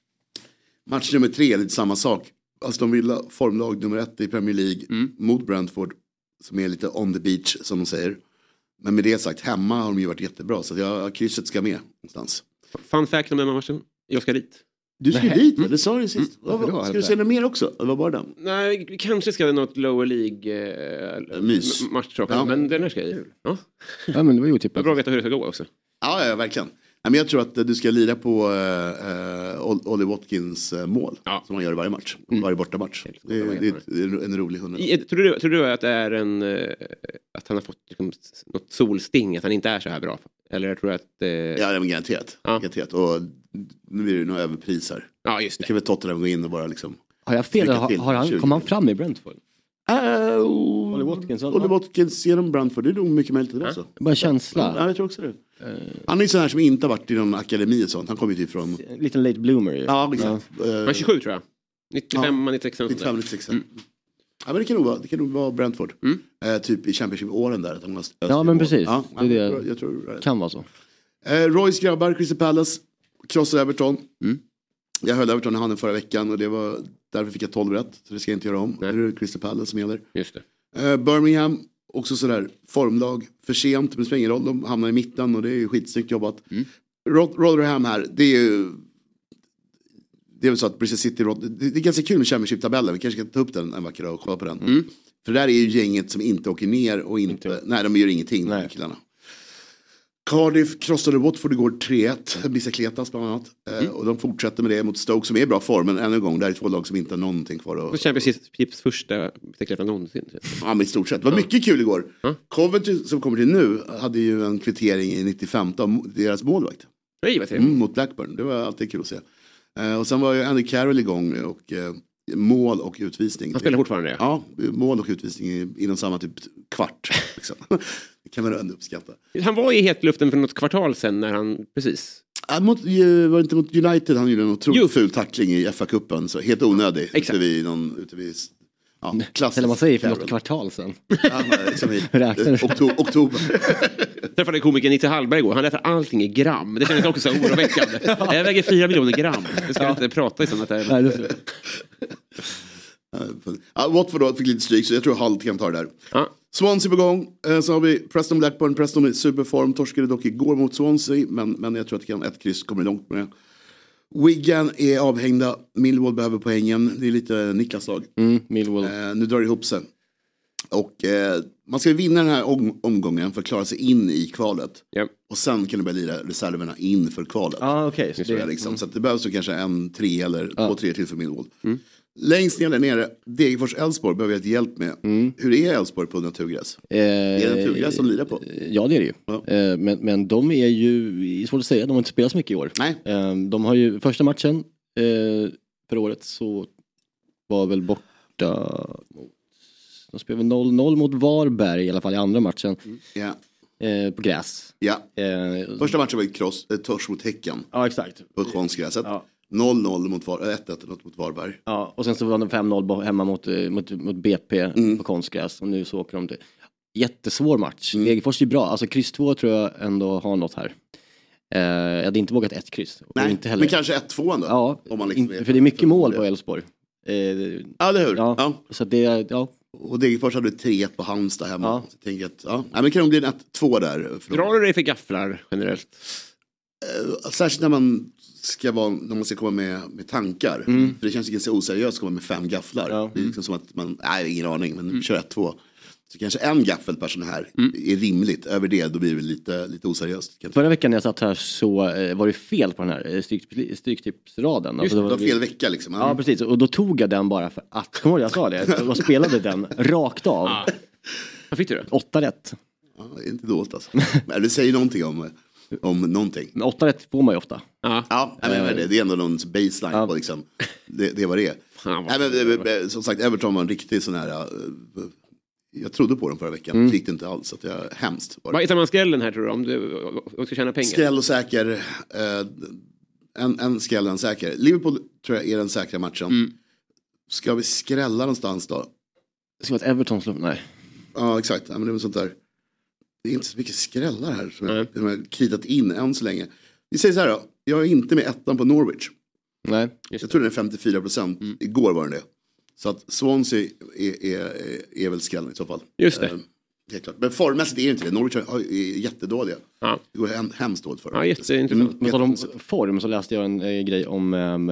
[SPEAKER 4] Match nummer tre, lite samma sak. Aston Villa, formlag nummer ett i Premier League. Mm. Mot Brentford. Som är lite on the beach som de säger. Men med det sagt, hemma har de ju varit jättebra. Så jag, krysset ska med någonstans.
[SPEAKER 2] Fun fact om den här matchen. Jag ska dit.
[SPEAKER 4] Du ska Nej. dit, mm. det sa du sist. Mm. Vad, ska du säga något mer också? Eller var bara den?
[SPEAKER 2] Nej, vi kanske ska ha något lower League eh, Mys. match. Ja. Men den här ska jag ja.
[SPEAKER 3] ja, men det var ju otippat.
[SPEAKER 2] Bra att veta hur det ska gå också.
[SPEAKER 4] Ja, ja verkligen. Ja, men jag tror att du ska lira på uh, Ollie Watkins uh, mål. Ja. Som han gör i varje match. Mm. Varje bortamatch. Det, det, det är en rolig hund.
[SPEAKER 2] Tror du, tror du att det är en... Uh, att han har fått liksom, något solsting? Att han inte är så här bra? Eller tror du att... Uh...
[SPEAKER 4] Ja, det är garanterat. Ja. garanterat. Och nu är det nog överpris här.
[SPEAKER 2] Ja, just det.
[SPEAKER 4] Det kan väl Tottenham gå in och bara liksom...
[SPEAKER 3] Har jag fel? Har, har han, kom han fram i Brentford?
[SPEAKER 4] Uh, Ollie Watkins. Ollie Watkins genom Brentford. Det är nog mycket möjligt också.
[SPEAKER 3] Uh. Bara känsla.
[SPEAKER 4] Ja, jag tror också det. Uh. Han är ju sån här som inte har varit i någon akademi och sånt. Han kommer ju typ från...
[SPEAKER 3] En liten late bloomer ju.
[SPEAKER 4] Ja, exakt.
[SPEAKER 2] Uh. Han är tjugosju tror jag. nittiofem, ja. nittiosex.
[SPEAKER 4] nittiofem, nittiosex. Mm. Ja, men det kan nog vara, det kan nog vara Brentford. Mm. Uh, typ i Championship-åren där. Att han
[SPEAKER 3] ja, men precis. Ja,
[SPEAKER 4] det, är det jag, tror, jag tror det
[SPEAKER 3] kan vara så.
[SPEAKER 4] Uh, Royce grabbar, Crystal Palace. Krossar Everton. Mm. Jag höll Everton i handen förra veckan och det var därför fick jag tolv rätt. Så det ska jag inte göra om. Nej. Det är Crystal Palace som gäller.
[SPEAKER 2] Just det.
[SPEAKER 4] Uh, Birmingham, också sådär formlag. För sent, men det spelar ingen roll. De hamnar i mitten och det är ju skitsnyggt jobbat. Mm. Rot- Rotherham här, det är ju... Det är väl så att Bristol City... Det är ganska kul med Championship-tabellen. Vi kanske kan ta upp den en vacker dag och kolla på den. Mm. För där är ju gänget som inte åker ner och inte, inte. nej de gör ingenting nej. killarna. Cardiff krossade Watford igår tre ett, Bicicletas bland annat. Mm. Och de fortsätter med det mot Stoke som är i bra form, men ännu en gång, det är två lag som inte har någonting kvar. Och,
[SPEAKER 2] och Champions första Bicicleta någonsin.
[SPEAKER 4] Ja, men i stort sett. Det var mycket kul igår. Mm. Coventry som kommer till nu hade ju en kvittering i nittiofem av deras målvakt.
[SPEAKER 2] Nej, vad
[SPEAKER 4] mm, mot Blackburn, det var alltid kul att se. Uh, och sen var ju Andy Carroll igång och uh, mål och utvisning.
[SPEAKER 2] Han spelar fortfarande det?
[SPEAKER 4] Ja, mål och utvisning inom samma typ kvart. Liksom. Det kan man ändå uppskatta.
[SPEAKER 2] Han var i hetluften för något kvartal sen när han, precis.
[SPEAKER 4] Ja, mot, var det inte mot United han gjorde en otroligt jo. ful tackling i F A-cupen. Så helt onödig.
[SPEAKER 2] Exakt.
[SPEAKER 4] Ute vid någon, ute vid, ja, klassisk.
[SPEAKER 3] Eller man säger för något kvartal sen.
[SPEAKER 4] Ja, liksom i oktober. oktober.
[SPEAKER 2] Jag träffade komikern Nitte Hallberg igår. Han rättar allting i gram. Det känns också så oroväckande. Jag väger fyra miljoner gram. Jag ska ja. inte prata i sånt här.
[SPEAKER 3] Nej,
[SPEAKER 4] ja, Watford då fick lite stryk så jag tror Hull kan ta det där.
[SPEAKER 2] Ja.
[SPEAKER 4] Swansea på gång. Så har vi Preston Blackburn. Preston i superform. Torskade dock igår mot Swansea. Men, men jag tror att det kan ett kryss kommer långt med det. Wigan är avhängda. Millwall behöver poängen. Det är lite Niklas lag.
[SPEAKER 3] Mm, Millwall.
[SPEAKER 4] Eh, nu drar det ihop sig. Och eh, man ska vinna den här om- omgången för att klara sig in i kvalet.
[SPEAKER 2] Yep.
[SPEAKER 4] Och sen kan du börja lira reserverna in för kvalet.
[SPEAKER 3] Ah, okay. Så, det,
[SPEAKER 4] liksom. mm. så att det behövs så kanske en tre eller
[SPEAKER 3] ah.
[SPEAKER 4] två tre till för Millwall.
[SPEAKER 2] Mm.
[SPEAKER 4] Längst ner där nere, Degerfors Elfsborg behöver jag ett hjälp med. Mm. Hur är Elfsborg på naturgräs?
[SPEAKER 3] Eh,
[SPEAKER 4] är det naturgräs som lirar på?
[SPEAKER 3] Ja, det är det ju.
[SPEAKER 4] Ja.
[SPEAKER 3] Eh, men, men de är ju, svårt att säga, de har inte spelat så mycket i år.
[SPEAKER 4] Nej.
[SPEAKER 3] Eh, de har ju, första matchen eh, för året så var väl borta mot, de spelade noll noll mot Varberg i alla fall i andra matchen.
[SPEAKER 4] Mm. Ja.
[SPEAKER 3] Eh, på gräs.
[SPEAKER 4] Ja.
[SPEAKER 3] Eh,
[SPEAKER 4] första matchen var ett kross, ett tors mot Häcken.
[SPEAKER 3] Ja, exakt.
[SPEAKER 4] På konstgräset.
[SPEAKER 3] Ja.
[SPEAKER 4] noll noll mot Var- ett ett mot Varberg.
[SPEAKER 3] Ja, och sen så var det fem noll hemma mot, mot, mot B P mm. på konstgräs. Och nu så åker de till. Jättesvår match. Mm. Degerfors är bra. Alltså kryss två tror jag ändå har något här. Eh, jag hade inte vågat ett kryss.
[SPEAKER 4] Nej,
[SPEAKER 3] inte heller.
[SPEAKER 4] men kanske ett två ändå.
[SPEAKER 3] Ja,
[SPEAKER 4] om man liksom
[SPEAKER 3] in, för det är mycket mål på Elfsborg. Eh,
[SPEAKER 4] ja, det hur.
[SPEAKER 3] Ja,
[SPEAKER 4] ja.
[SPEAKER 3] Så det, ja.
[SPEAKER 4] Och Degerfors hade tre ett på Halmstad hemma. Ja. Så jag tänker att, ja. Nej, men kan det bli en ett två där?
[SPEAKER 2] Drar du dig för gafflar generellt?
[SPEAKER 4] Uh, särskilt när man ska vara, när man ska komma med, med tankar. Mm. För det känns ganska oseriöst att komma med fem gafflar. Mm. Det är liksom som att man, nej ingen aning, men mm. kör ett två. Så kanske en gaffel per sån här mm. är rimligt. Över det, då blir det lite, lite oseriöst.
[SPEAKER 3] Förra veckan när jag satt här så eh, var det fel på den här stryk, stryktipsraden.
[SPEAKER 4] Just, alltså, det var fel vecka liksom.
[SPEAKER 3] Ja, precis. Och då tog jag den bara för att, kommer jag sa det? Jag spelade den rakt av.
[SPEAKER 2] Ah. Vad fick du då?
[SPEAKER 3] Åtta rätt.
[SPEAKER 4] Ja, det är inte dåligt alltså. Men det säger någonting om... Om någonting.
[SPEAKER 3] Men åtta rätt får man ju ofta.
[SPEAKER 4] Ja, ja men, men det, det är ändå någon baseline ja. På liksom. Det, det var det. Ja, nej, men, som sagt, Everton var en riktig sån här... Uh, jag trodde på den förra veckan. Mm. Det gick inte alls. Så att jag, hemskt.
[SPEAKER 2] Vad hittar man skrällen här tror du? Om du, om du ska tjäna pengar?
[SPEAKER 4] Skräll och säker. Uh, en, en skräll och en säker. Liverpool tror jag är den säkra matchen. Mm. Ska vi skrälla någonstans då?
[SPEAKER 3] Ska att Everton slår... Nej.
[SPEAKER 4] Ja, exakt. Ja, men det är sånt där. Det är inte så mycket skrällar här som mm. jag har kritat in än så länge. Vi säger så här då. Jag är inte med ettan på Norwich.
[SPEAKER 3] Nej.
[SPEAKER 4] Jag tror det är femtiofyra procent. Mm. Igår var det det. Så att Swansea är, är, är, är väl skrällen i så fall.
[SPEAKER 2] Just det. Uh,
[SPEAKER 4] helt klart. Men formmässigt är det inte det. Norwich är jättedåliga. Ja. Det går hem, hemskt dåligt för dem.
[SPEAKER 2] Ja, jätteintressant.
[SPEAKER 3] Mm. Men på om form så läste jag en äh, grej om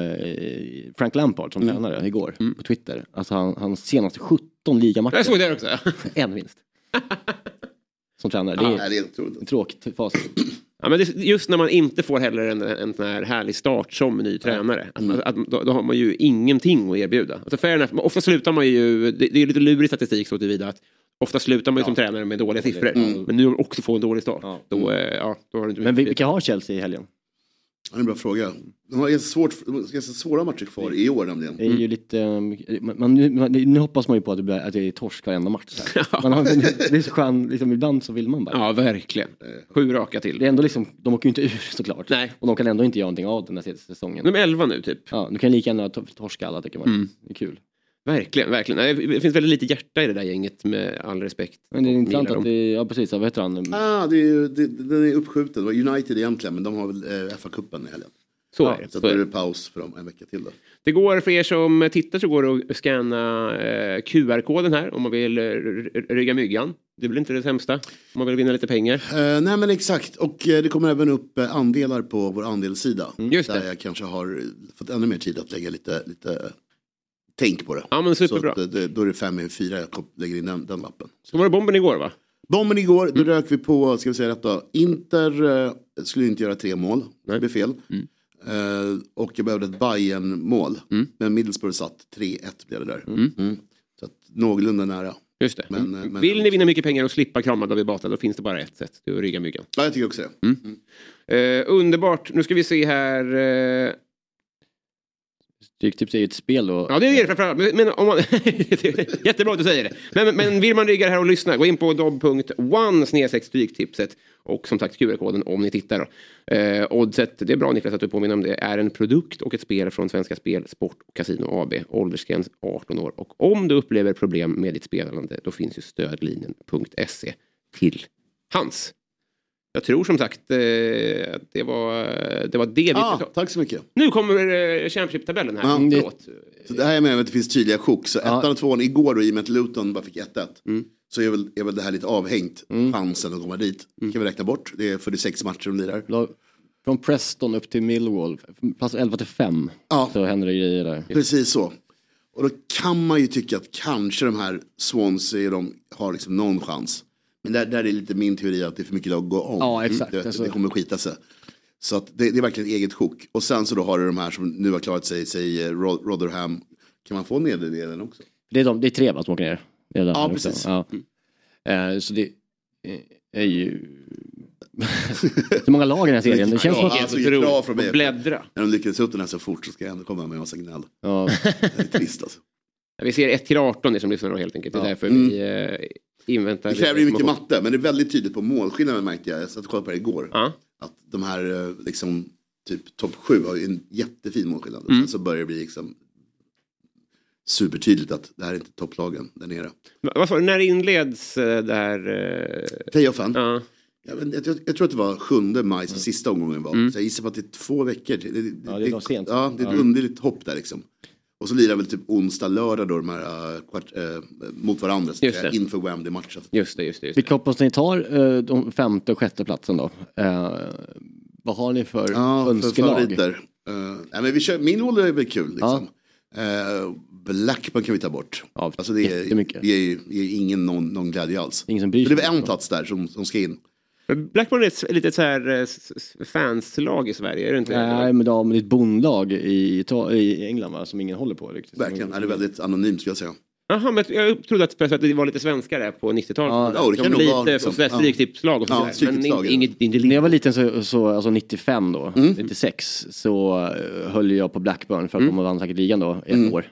[SPEAKER 3] äh, Frank Lampard som mm. tränare igår mm. på Twitter. Alltså han, hans senaste sjutton ligamatcher.
[SPEAKER 2] Jag såg det också.
[SPEAKER 3] En vinst. Som tränare. Det är,
[SPEAKER 4] ja, det är
[SPEAKER 3] en tråkig fas.
[SPEAKER 2] Ja, men det, just när man inte får heller en, en sån här härlig start som ny tränare. Att, mm. att, då, då har man ju ingenting att erbjuda. Alltså fair enough, ofta slutar man ju, det, det är lite lurig statistik så tillvida att ofta slutar man ju ja. Som tränare med dåliga siffror. Mm. Men nu har de också fått en dålig start. Ja. Då, ja, då har det inte
[SPEAKER 3] men vilka har Chelsea i helgen?
[SPEAKER 4] Det är en bra fråga. De har ganska, svårt, ganska svåra matcher kvar i år nämligen.
[SPEAKER 3] Det är ju lite... Man, man, man, nu hoppas man ju på att det, blir, att det är torsk varenda match. Man har, det är så skön, liksom, ibland så vill man bara.
[SPEAKER 2] Ja, verkligen. Sju raka till.
[SPEAKER 3] Det är ändå liksom, de åker ju inte ur såklart.
[SPEAKER 2] Nej.
[SPEAKER 3] Och de kan ändå inte göra någonting av den här säsongen.
[SPEAKER 2] De är elva nu typ.
[SPEAKER 3] Ja, du kan lika gärna torska alla tycker man. Mm. Det är kul.
[SPEAKER 2] Verkligen, verkligen. Det finns väldigt lite hjärta i det där gänget med all respekt.
[SPEAKER 3] Men det är intressant att det, ja precis, vad heter han?
[SPEAKER 4] Ah, det är, det, den är uppskjuten. Det var United egentligen, men de har väl äh, F A-cupen i helgen.
[SPEAKER 2] Så
[SPEAKER 4] ja,
[SPEAKER 2] är det.
[SPEAKER 4] Så då är det paus för dem en vecka till då.
[SPEAKER 2] Det går för er som tittar så går det att scanna eh, Q R-koden här om man vill eh, rygga myggan. Det blir inte det sämsta om man vill vinna lite pengar.
[SPEAKER 4] Uh, nej men exakt. Och uh, det kommer även upp uh, andelar på vår andelssida.
[SPEAKER 2] Mm, just
[SPEAKER 4] där
[SPEAKER 2] det.
[SPEAKER 4] jag kanske har fått ännu mer tid att lägga lite, lite tänk på det.
[SPEAKER 2] Ja, men superbra.
[SPEAKER 4] Så att, då är det fem i fyra, jag lägger in den, den lappen.
[SPEAKER 2] Så var det bomben igår, va?
[SPEAKER 4] Bomben igår, då mm. rök vi på, ska vi säga detta, Inter uh, skulle inte göra tre mål, det blev fel. Mm. Uh, och jag behövde ett Bayern-mål, mm. men Middlesbrough satt tre ett blev det där. Mm. Mm. Så att någorlunda nära.
[SPEAKER 2] Just det. Men, men, vill ni vinna mycket pengar och slippa krama David Batra, då finns det bara ett sätt, det är att rygga myggen.
[SPEAKER 4] Ja, jag tycker också det.
[SPEAKER 2] Mm. Mm. Uh, underbart, nu ska vi se här... Uh...
[SPEAKER 3] Stryktips är ju ett spel då.
[SPEAKER 2] Ja, det är det framförallt. Men, men om man... Jättebra att du säger det. Men, men vill man rygga här och lyssna, gå in på dobb punkt one snedstreck stryktipset. Och som sagt Q R-koden om ni tittar då. Eh, oddset, det är bra Niklas att du påminner om det. Är en produkt och ett spel från Svenska Spel, Sport och Casino A B. Åldersgräns arton år. Och om du upplever problem med ditt spelande, då finns ju stödlinjen punkt se till hands. Jag tror som sagt eh, att det var det var det vi
[SPEAKER 4] ah, tack så mycket.
[SPEAKER 2] Nu kommer eh, Championship-tabellen här.
[SPEAKER 4] Mm. Det, så det här är med att det finns tydliga chock. Så ja. ettan och tvåan igår då, i och med att Luton bara fick ett ett. Mm. Så är väl, är väl det här lite avhängt. Mm. Chansen att komma dit. Mm. Kan vi räkna bort. Det är fyrtiosex matcher de lirar.
[SPEAKER 3] Från Preston upp till Millwall. Plats elva till fem. Ja. Så händer det grejer där.
[SPEAKER 4] Precis så. Och då kan man ju tycka att kanske de här Swansea de har liksom någon chans. Men där, där är lite min teori att det är för mycket lag att gå om.
[SPEAKER 3] Ja, exakt.
[SPEAKER 4] Det,
[SPEAKER 3] alltså.
[SPEAKER 4] det kommer skita sig. Så att det, det är verkligen eget sjok. Och sen så då har du de här som nu har klarat sig, sig Rotherham. Kan man få nederdelen också?
[SPEAKER 3] Det är, de, det är tre som åker ner. Det är
[SPEAKER 4] ja, precis.
[SPEAKER 3] Ja. Mm. Uh, så det är ju... så många lag i den här serien. Det känns som att
[SPEAKER 4] alltså, det är bra från mig.
[SPEAKER 2] Bläddra.
[SPEAKER 4] När de lyckades upp den här så fort så ska jag ändå komma med en massa gnäll. Ja. Det är trist alltså.
[SPEAKER 2] Vi ser ett till arton det som lyssnar då helt enkelt. Det är ja. därför mm. vi... Uh, Inväntar
[SPEAKER 4] det kräver ju mycket matte, men det är väldigt tydligt på målskillnaden märkte jag. Jag satt och kollade på det igår. Uh. Att de här liksom typ topp sju har ju en jättefin målskillnad. Mm. Sen så börjar det bli liksom supertydligt att det här är inte topplagen där nere.
[SPEAKER 2] Vad sa du, när inleds det här? Uh...
[SPEAKER 4] Playoffen? Uh. Jag, jag, jag, jag tror att det var sjunde maj som mm. sista omgången var. Mm. Så jag gissar på att det är två veckor. Det, det,
[SPEAKER 3] ja, det, det, sent.
[SPEAKER 4] Ja, det är ett ja. underligt hopp där liksom. Och så lirar väl typ onsdag, lördag då de här uh, kvart, uh, mot varandra så uh, inför Wembley-matchen.
[SPEAKER 2] Just det, just det. Just det.
[SPEAKER 3] Vilka hoppas ni tar uh, de femte och sjätte platsen då? Uh, vad har ni för ja, önskelag?
[SPEAKER 4] För uh, nej, men vi kör, min roll är väl kul liksom. Ja. Uh, Blackburn kan vi ta bort. Ja, alltså det är, det är, det är ingen någon, någon glädje alls.
[SPEAKER 3] Ingen som bryr
[SPEAKER 4] sig. Det är väl en plats där som, som ska in.
[SPEAKER 2] Blackburn är ett litet så här fanslag i Sverige, är det inte?
[SPEAKER 3] Nej, men de är ett bondlag i, i England va, som ingen håller på riktigt.
[SPEAKER 4] Verkligen, det är väldigt anonymt skulle jag säga.
[SPEAKER 2] Jaha, men jag trodde att det var lite svenskare på nittiotalet.
[SPEAKER 4] Ja, det kan nog vara.
[SPEAKER 2] Lite stryktipslag och sådär.
[SPEAKER 4] Ja,
[SPEAKER 2] men inget, inget
[SPEAKER 3] När jag var liten så, så alltså nittiofem då, mm. nittiosex så uh, höll jag på Blackburn för att mm. de vann säkert ligan då, ett mm. år.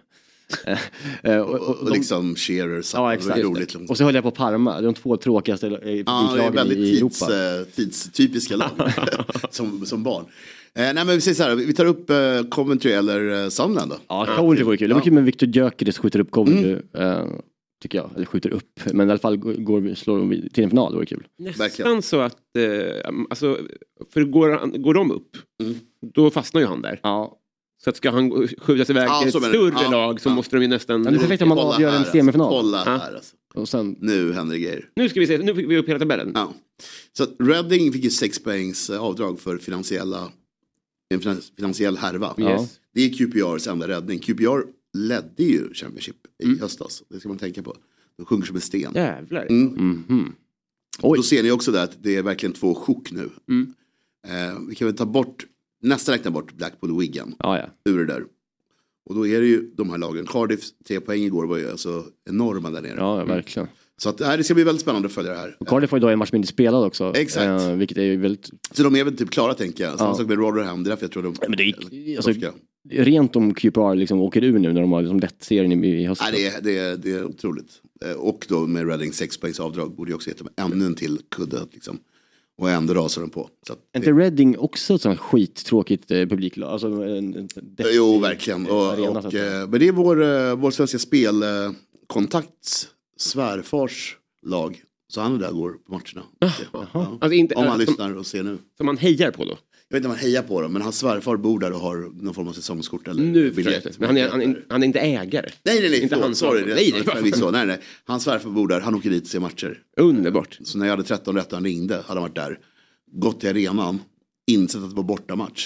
[SPEAKER 4] uh, och, och, och de, liksom Shearer
[SPEAKER 3] ja, exakt. Roligt. Och så höll jag på Parma, de två tråkigaste
[SPEAKER 4] publiklagen ja, i Europa. Ja, väldigt tidstypiska lag som, som barn. Eh, nej men vi säger så här, vi tar upp eh, Coventry eller eh, Sunderland då.
[SPEAKER 3] Ja, Coventry vore kul. Det var kul med Victor Gyökeres skjuter upp Coventry, mm. eh, tycker jag. Eller skjuter upp, men i alla fall går, slår de till en final, det vore kul.
[SPEAKER 2] Nästan verkligen. Så att, eh, alltså, för går, går de upp, mm. då fastnar ju han där. Ja. Så att ska han skjutas iväg ja, till ett större ja, lag så ja. måste de ju nästan...
[SPEAKER 3] Men det är perfekt om man avgör en semifinal.
[SPEAKER 4] Kolla ja. här alltså.
[SPEAKER 3] Och sen...
[SPEAKER 4] Nu händer det grejer.
[SPEAKER 2] Nu ska vi se, nu fick vi upp hela tabellen.
[SPEAKER 4] Ja. Så att Reading fick ju sex poängs avdrag för finansiella... en finansiell härva.
[SPEAKER 2] Yes.
[SPEAKER 4] Det är Q P R:s enda räddning. Q P R ledde ju Championship i mm. höstas. Det ska man tänka på. De sjunker som en sten.
[SPEAKER 2] Jävlar.
[SPEAKER 4] Mm. Mm-hmm. Och då ser ni också där att det är verkligen två chock nu. Mm. Eh, vi kan väl ta bort, nästan räkna bort Blackpool och Wigan.
[SPEAKER 3] Ah, ja.
[SPEAKER 4] Ur det där. Och då är det ju de här lagen. Cardiff, tre poäng igår var ju alltså enorma där nere.
[SPEAKER 3] Ja, verkligen.
[SPEAKER 4] Så att, äh, det ska bli väldigt spännande att följa det här.
[SPEAKER 3] Och Cardiff har ju då en match mindre spelad också.
[SPEAKER 4] Exakt.
[SPEAKER 3] Eh, vilket är ju väldigt...
[SPEAKER 4] Så de är väl typ klara tänker jag. Samma ja. sak med Rotherham, det är därför jag tror de...
[SPEAKER 3] Ja, men det är, alltså, rent om Q P R liksom åker ur nu när de har liksom lätt serien i, i höstas.
[SPEAKER 4] Nej, det är, det, är, det är otroligt. Och då med Reading sex poängs avdrag borde ju också heta ännu en till kudde liksom. Och ändå rasar de på. Så
[SPEAKER 3] är inte det... Reading också ett sånt skittråkigt eh, publiklag? Alltså, en, en
[SPEAKER 4] jo, verkligen. Och, arena, och, eh, men det är vår, eh, vår svenska spelkontakts eh, svärfars lag. Så han är där och går på matcherna. Ja. Ja. Alltså inte, om man äh, lyssnar och ser nu.
[SPEAKER 2] Som man hejar på då?
[SPEAKER 4] Jag vet inte om man hejar på dem, men hans svärfar bor där och har någon form av säsongskort eller
[SPEAKER 2] nu biljett. Men han är, han, är, han är inte ägare.
[SPEAKER 4] Nej, nej, nej.
[SPEAKER 2] Inte
[SPEAKER 4] han,
[SPEAKER 2] han,
[SPEAKER 4] sorry.
[SPEAKER 2] Nej, nej,
[SPEAKER 4] nej, nej, nej, nej. Hans svärfar bor där, han åker dit och ser matcher.
[SPEAKER 2] Underbart.
[SPEAKER 4] Så när jag hade tretton rätt och han ringde, hade han varit där. Gått till arenan, insett att det var bortamatch.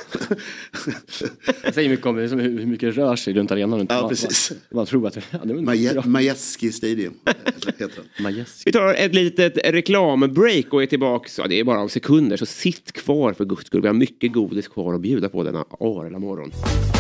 [SPEAKER 3] Jag säger mycket om det, som hur mycket rör sig runt arenan. Runt
[SPEAKER 4] ja,
[SPEAKER 3] man,
[SPEAKER 4] precis.
[SPEAKER 3] Man, man tror att ja, det är
[SPEAKER 4] Maje- Majewski Stadium.
[SPEAKER 2] Vi tar ett litet reklambreak och är tillbaka. Så det är bara om sekunder, så sitt kvar för guds skull. Vi har mycket godis kvar att bjuda på denna Arla morgon.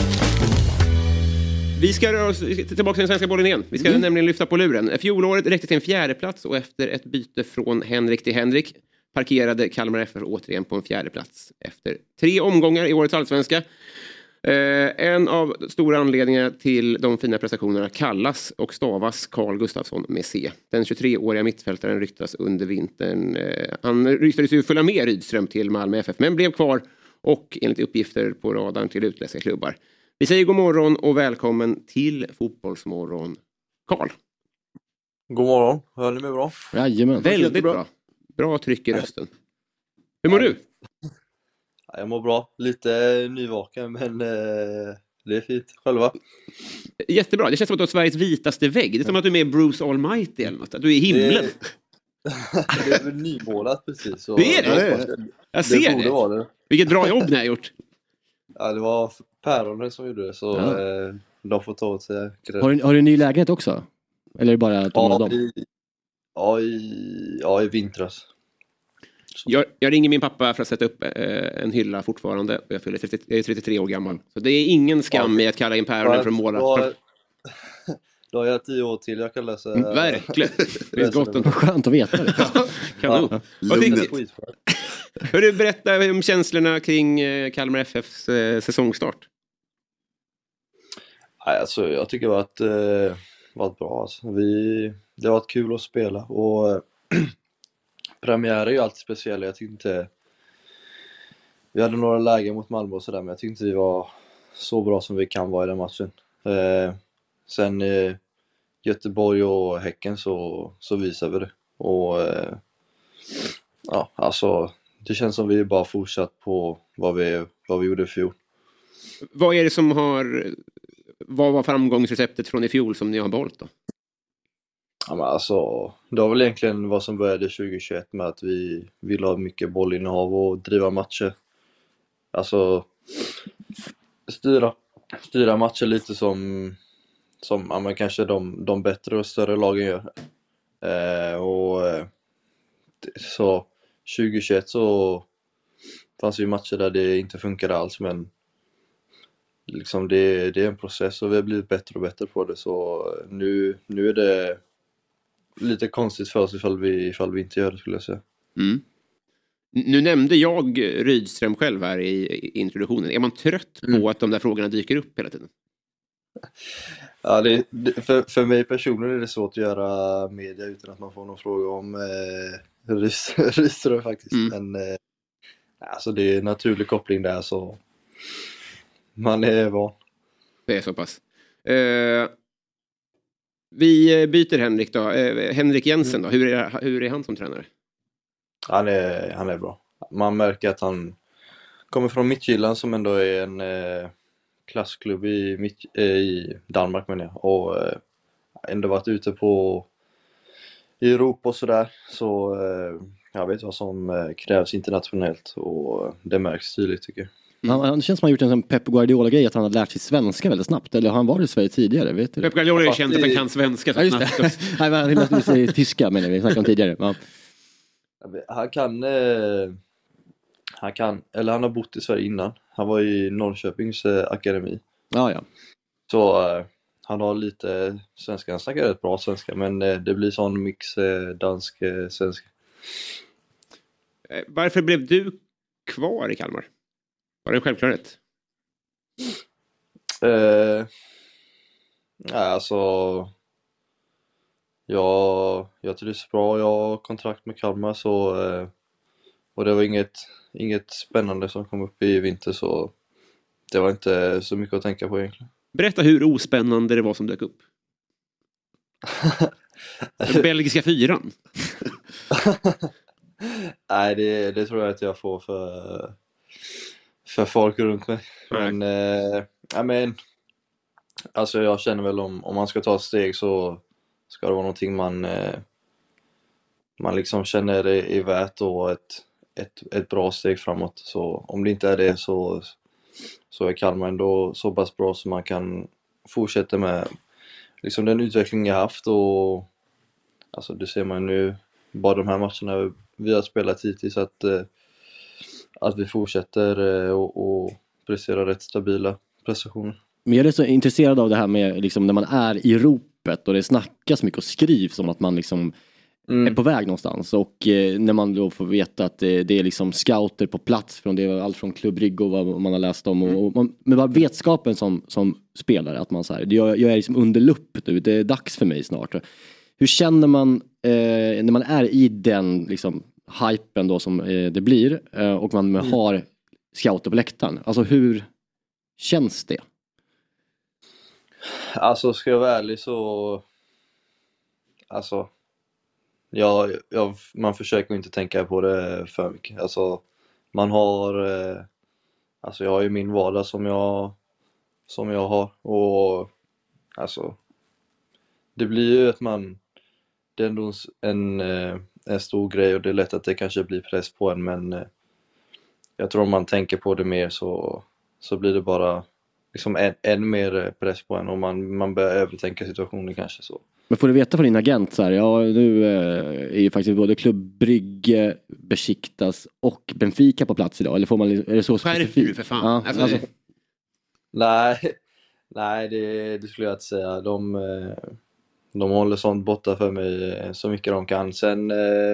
[SPEAKER 2] Vi ska röra oss tillbaka till den svenska bollen igen. Vi ska mm. nämligen lyfta på luren. Fjolåret räckte till en fjärde plats och efter ett byte från Henrik till Henrik parkerade Kalmar F F återigen på en fjärde plats efter tre omgångar i årets allsvenska. Eh, en av stora anledningar till de fina prestationerna kallas och stavas Carl Gustafsson med C. Den tjugotre-åriga mittfältaren ryktas under vintern. Eh, han ryktades ju följa med Rydström till Malmö F F men blev kvar och enligt uppgifter på radarn till utländska klubbar. Vi säger god morgon och välkommen till Fotbollsmorgon, Carl.
[SPEAKER 8] God morgon, hör ni mig bra?
[SPEAKER 3] Jajamän.
[SPEAKER 2] Väldigt bra. Bra tryck i rösten. Hur mår du?
[SPEAKER 8] Jag mår bra, lite nyvaken men eh, det är fint. Själva?
[SPEAKER 2] Jättebra, det känns som att du har Sveriges vitaste vägg. Det är som att du är med Bruce Almighty eller något. Du är i himlen.
[SPEAKER 8] Det, det är väl nymålat precis. Så
[SPEAKER 2] det är det? det jag ser det. det. Vara det. Vilket bra jobb ni har gjort.
[SPEAKER 8] Ja, det var päronen som gjorde det, så ja. eh, de får ta åt sig.
[SPEAKER 3] Har du, har du en ny lägenhet också? Eller är det bara att de
[SPEAKER 8] ja,
[SPEAKER 3] dem?
[SPEAKER 8] I, ja, i, ja, i vintras.
[SPEAKER 2] Jag, jag ringer min pappa för att sätta upp eh, en hylla fortfarande. Jag, fyller trettio, jag är trettiotre år gammal. Så det är ingen skam ja. i att kalla in päronen för att måla.
[SPEAKER 8] Då, då har jag tio år till jag kan läsa.
[SPEAKER 2] Mm, verkligen. Det är gott och
[SPEAKER 3] skönt att veta det.
[SPEAKER 2] Kanon. Ja. Vad tycker Hör du berätta om känslorna kring eh, Kalmar F F:s eh, säsongstart?
[SPEAKER 8] Nej, alltså, jag tycker det var ett, eh, var ett bra. Alltså. Vi, det var ett kul att spela. Och eh, premiär är ju alltid speciell. Jag tyckte inte... Vi hade några lägen mot Malmö och sådär, men jag tyckte inte vi var så bra som vi kan vara i den matchen. Eh, sen eh, Göteborg och Häcken så, så visar vi det. Och eh, ja, alltså... Det känns som vi bara fortsatt på vad vi, vad vi gjorde i fjol.
[SPEAKER 2] Vad är det som har... Vad var framgångsreceptet från i fjol som ni har valt då?
[SPEAKER 8] Ja, men alltså, det var väl egentligen vad som började tjugohundratjugoett med att vi ville ha mycket bollinnehav och driva matcher. Alltså, styra, styra matcher lite som, som ja, men kanske de, de bättre och större lagen gör. Eh, och så... tjugohundratjugoett så fanns ju matcher där det inte funkade alls, men liksom det, det är en process och vi har blivit bättre och bättre på det, så nu, nu är det lite konstigt för oss ifall vi, ifall vi inte gör det, skulle jag säga.
[SPEAKER 2] Mm. Nu nämnde jag Rydström själv här i introduktionen. Är man trött på mm. att de där frågorna dyker upp hela tiden?
[SPEAKER 8] Ja, det, det, för, för mig personligen är det svårt att göra media utan att man får någon fråga om eh, Rydström faktiskt. Mm. Men eh, alltså det är en naturlig koppling där, så man är van.
[SPEAKER 2] Det är så pass. Eh, vi byter Henrik då. Eh, Henrik Jensen då. Hur är, hur är han som tränare?
[SPEAKER 8] Han är, han är bra. Man märker att han kommer från Midtjylland som ändå är en eh, klassklubb i, mitt, eh, i Danmark, menar jag. Och eh, ändå varit ute på i Europa och sådär. Så eh, jag vet vad som eh, krävs internationellt, och det märks tydligt, tycker jag.
[SPEAKER 3] Mm. Han, han känns som han gjort en sån Pep Guardiola-grej att han har lärt sig svenska väldigt snabbt. Eller har han varit i Sverige tidigare? Vet du?
[SPEAKER 2] Pep Guardiola är känd för att han kan svenska så
[SPEAKER 3] ja, snabbt. Nej, men han säger tyska, menar vi snackade om tidigare. Ja.
[SPEAKER 8] Han kan... Eh, han kan... Eller han har bott i Sverige innan. Han var i Norrköpings eh, akademi.
[SPEAKER 3] Ja, ja.
[SPEAKER 8] Så eh, han har lite svenska. Han snackar rätt bra svenska, men eh, det blir sån mix eh, dansk-svenska.
[SPEAKER 2] Eh, varför blev du kvar i Kalmar? Var det en självklarhet?
[SPEAKER 8] Eh, nej, alltså... Jag, jag trivs bra. Jag har kontrakt med Kalmar, så... Eh, och det var inget, inget spännande som kom upp i vinter, så... Det var inte så mycket att tänka på egentligen.
[SPEAKER 2] Berätta hur ospännande det var som dök upp. Den belgiska fyran.
[SPEAKER 8] Nej, det, det tror jag att jag får för... för folk runt mig. Men, eh, ja, men alltså jag känner väl om, om man ska ta ett steg, så ska det vara någonting man eh, man liksom känner är, är värt, och ett, ett, ett bra steg framåt. Så om det inte är det, så så är Kalmar ändå så pass bra så man kan fortsätta med liksom den utveckling jag haft. Och alltså det ser man nu, bara de här matcherna vi har spelat hittills, att, att vi fortsätter och, och presterar rätt stabila prestationer.
[SPEAKER 3] Men jag är så intresserad av det här med liksom, när man är i ropet och det snackas mycket och skrivs om att man liksom mm. är på väg någonstans. Och eh, när man då får veta att det, det är liksom scouter på plats från det, allt från Klubb Brygge och vad man har läst om. Och, och man, men bara vetskapen som, som spelare, att man så här, jag, jag är liksom under lupp nu, det är dags för mig snart. Hur känner man eh, när man är i den liksom, hypen då som eh, det blir eh, och man mm. har scouter på läktaren? Alltså hur känns det?
[SPEAKER 8] Alltså ska jag vara ärlig så alltså ja, jag, man försöker inte tänka på det för mycket. Alltså man har eh, alltså jag har ju min vardag som jag som jag har och alltså det blir ju att man det är ändå en, en stor grej och det är lätt att det kanske blir press på en, men eh, jag tror om man tänker på det mer så så blir det bara liksom än, än mer press på en och man, man börjar övertänka situationen kanske så. Men
[SPEAKER 3] får du veta från din agent så här, ja nu eh, är ju faktiskt både Klubb Brygge, Besiktas och Benfica på plats idag, eller får man, är det så specifikt?
[SPEAKER 2] För fan.
[SPEAKER 3] Ja,
[SPEAKER 2] alltså,
[SPEAKER 3] alltså.
[SPEAKER 8] Nej, nej det, det skulle jag inte säga. De, de håller sånt borta för mig så mycket de kan. Sen,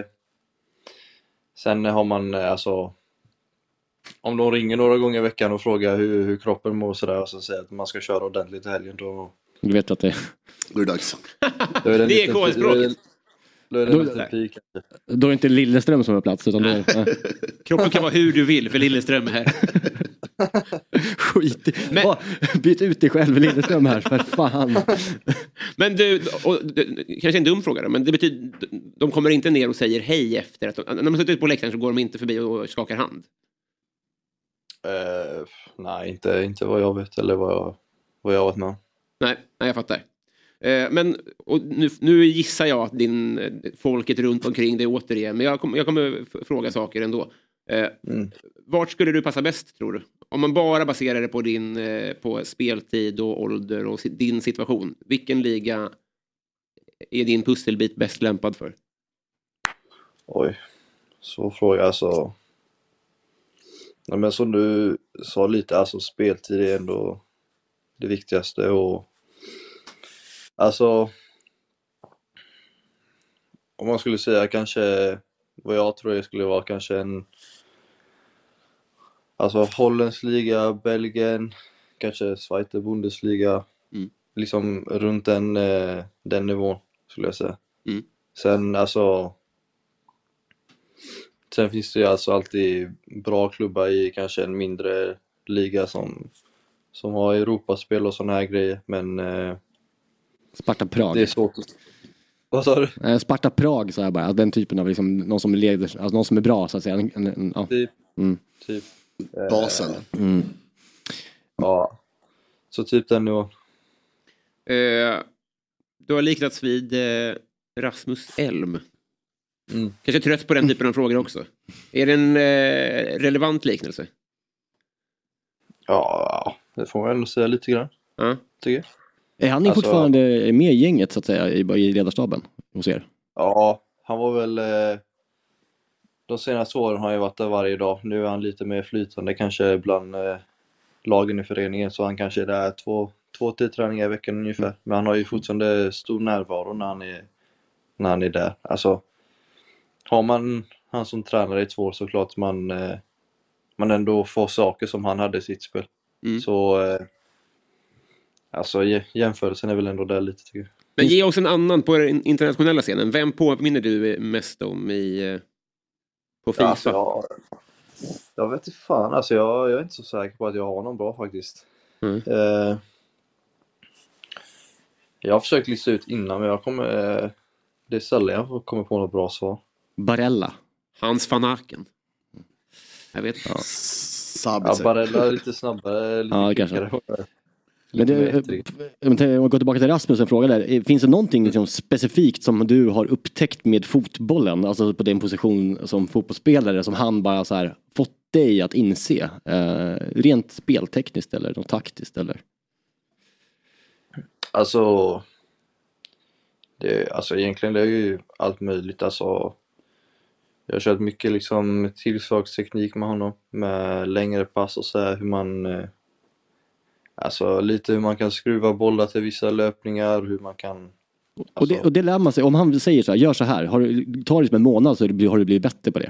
[SPEAKER 8] sen har man alltså om de ringer några gånger i veckan och frågar hur, hur kroppen mår och sådär och så säger att man ska köra ordentligt i helgen då.
[SPEAKER 3] Du vet att det
[SPEAKER 4] då är det dags.
[SPEAKER 8] Då är det,
[SPEAKER 2] det är K-språket.
[SPEAKER 8] Då är det en liten pik.
[SPEAKER 3] Då är det inte Lilleström som är plats utan det är,
[SPEAKER 2] kroppen kan vara hur du vill för Lilleström är här.
[SPEAKER 3] Skit. Men... Oh, byt ut dig själv Lilleström här för fan.
[SPEAKER 2] Men du, och, kanske en dum fråga då, men det betyder de kommer inte ner och säger hej efter att de, när man sitter på läktaren så går de inte förbi och skakar hand.
[SPEAKER 8] Uh, nej, inte, inte vad jag vet eller vad jag, vad jag har varit med.
[SPEAKER 2] Nej, nej, jag fattar. Eh, men och nu, nu gissar jag att din, folket runt omkring det återigen, men jag, kom, jag kommer fråga saker ändå. Eh, mm. Vart skulle du passa bäst, tror du? Om man bara baserar det på din eh, på speltid och ålder och din situation. Vilken liga är din pusselbit bäst lämpad för?
[SPEAKER 8] Oj, så fråga alltså. Ja, men som du sa lite, alltså speltid är ändå det viktigaste och alltså om man skulle säga kanske vad jag tror det skulle vara kanske en alltså Hollands liga, Belgien, kanske Zweite Bundesliga, mm. liksom runt den, den nivån skulle jag säga. Mm. Sen alltså sen finns det ju alltså alltid bra klubbar i kanske en mindre liga som som har Europaspel och såna här grejer, men eh,
[SPEAKER 3] Sparta Prag.
[SPEAKER 8] Det är svårt att... Vad sa du?
[SPEAKER 3] Eh, Sparta Prag så här bara, den typen av liksom någon som leder, alltså någon som är bra så att säga. En, en, en, ja.
[SPEAKER 8] Typ.
[SPEAKER 3] Mm.
[SPEAKER 8] Typ.
[SPEAKER 4] Basel.
[SPEAKER 3] Mm.
[SPEAKER 8] Ja. Så typ den nivån.
[SPEAKER 2] Eh, du har liknats vid eh, Rasmus Elm. Mm. Kanske trött på den typen av frågor också. Är det en eh, relevant liknelse?
[SPEAKER 8] Ja, det får man ändå säga lite grann.
[SPEAKER 2] Ja.
[SPEAKER 8] Tycker jag.
[SPEAKER 3] Är han alltså, fortfarande med i gänget så att säga i, i ledarstaben hos er?
[SPEAKER 8] Ja, han var väl eh, de senaste åren har jag varit där varje dag. Nu är han lite mer flytande kanske bland eh, lagen i föreningen, så han kanske är där två, två till träningar i veckan ungefär. Mm. Men han har ju fortfarande stor närvaro när han är, när han är där. Alltså, har man han som tränare i två år så klart man, eh, man ändå får saker som han hade i sitt spel. Mm. Så eh, alltså jämförelsen är väl ändå där lite tycker jag.
[SPEAKER 2] Men ge oss en annan på den internationella scenen. Vem påminner du mest om i på FIFA?
[SPEAKER 8] Alltså, jag, jag vet inte fan. Alltså, jag, jag är inte så säker på att jag har någon bra faktiskt. Mm. Eh, jag har försökt lista ut innan, men jag kommer... Eh, det är sällan jag kommer på något bra svar.
[SPEAKER 3] Barella.
[SPEAKER 2] Hans van Aken. Jag vet inte.
[SPEAKER 8] Ja, ja Barella är lite snabbare. Lite
[SPEAKER 3] ja, kanske. Men det, om jag går tillbaka till Rasmus och frågar där. Finns det någonting liksom specifikt som du har upptäckt med fotbollen? Alltså på din position som fotbollsspelare som han bara så här fått dig att inse? Eh, rent speltekniskt eller något taktiskt eller?
[SPEAKER 8] Alltså, det, alltså egentligen det är ju allt möjligt. Alltså, jag har kört mycket liksom tillslagsteknik med honom. Med längre pass och så här, hur man... Eh, alltså lite hur man kan skruva bollar till vissa löpningar. Hur man kan... Alltså...
[SPEAKER 3] Och, det, och det lär man sig. Om han säger så här, gör så här. Har du, tar det som en månad så har du blivit bättre på det.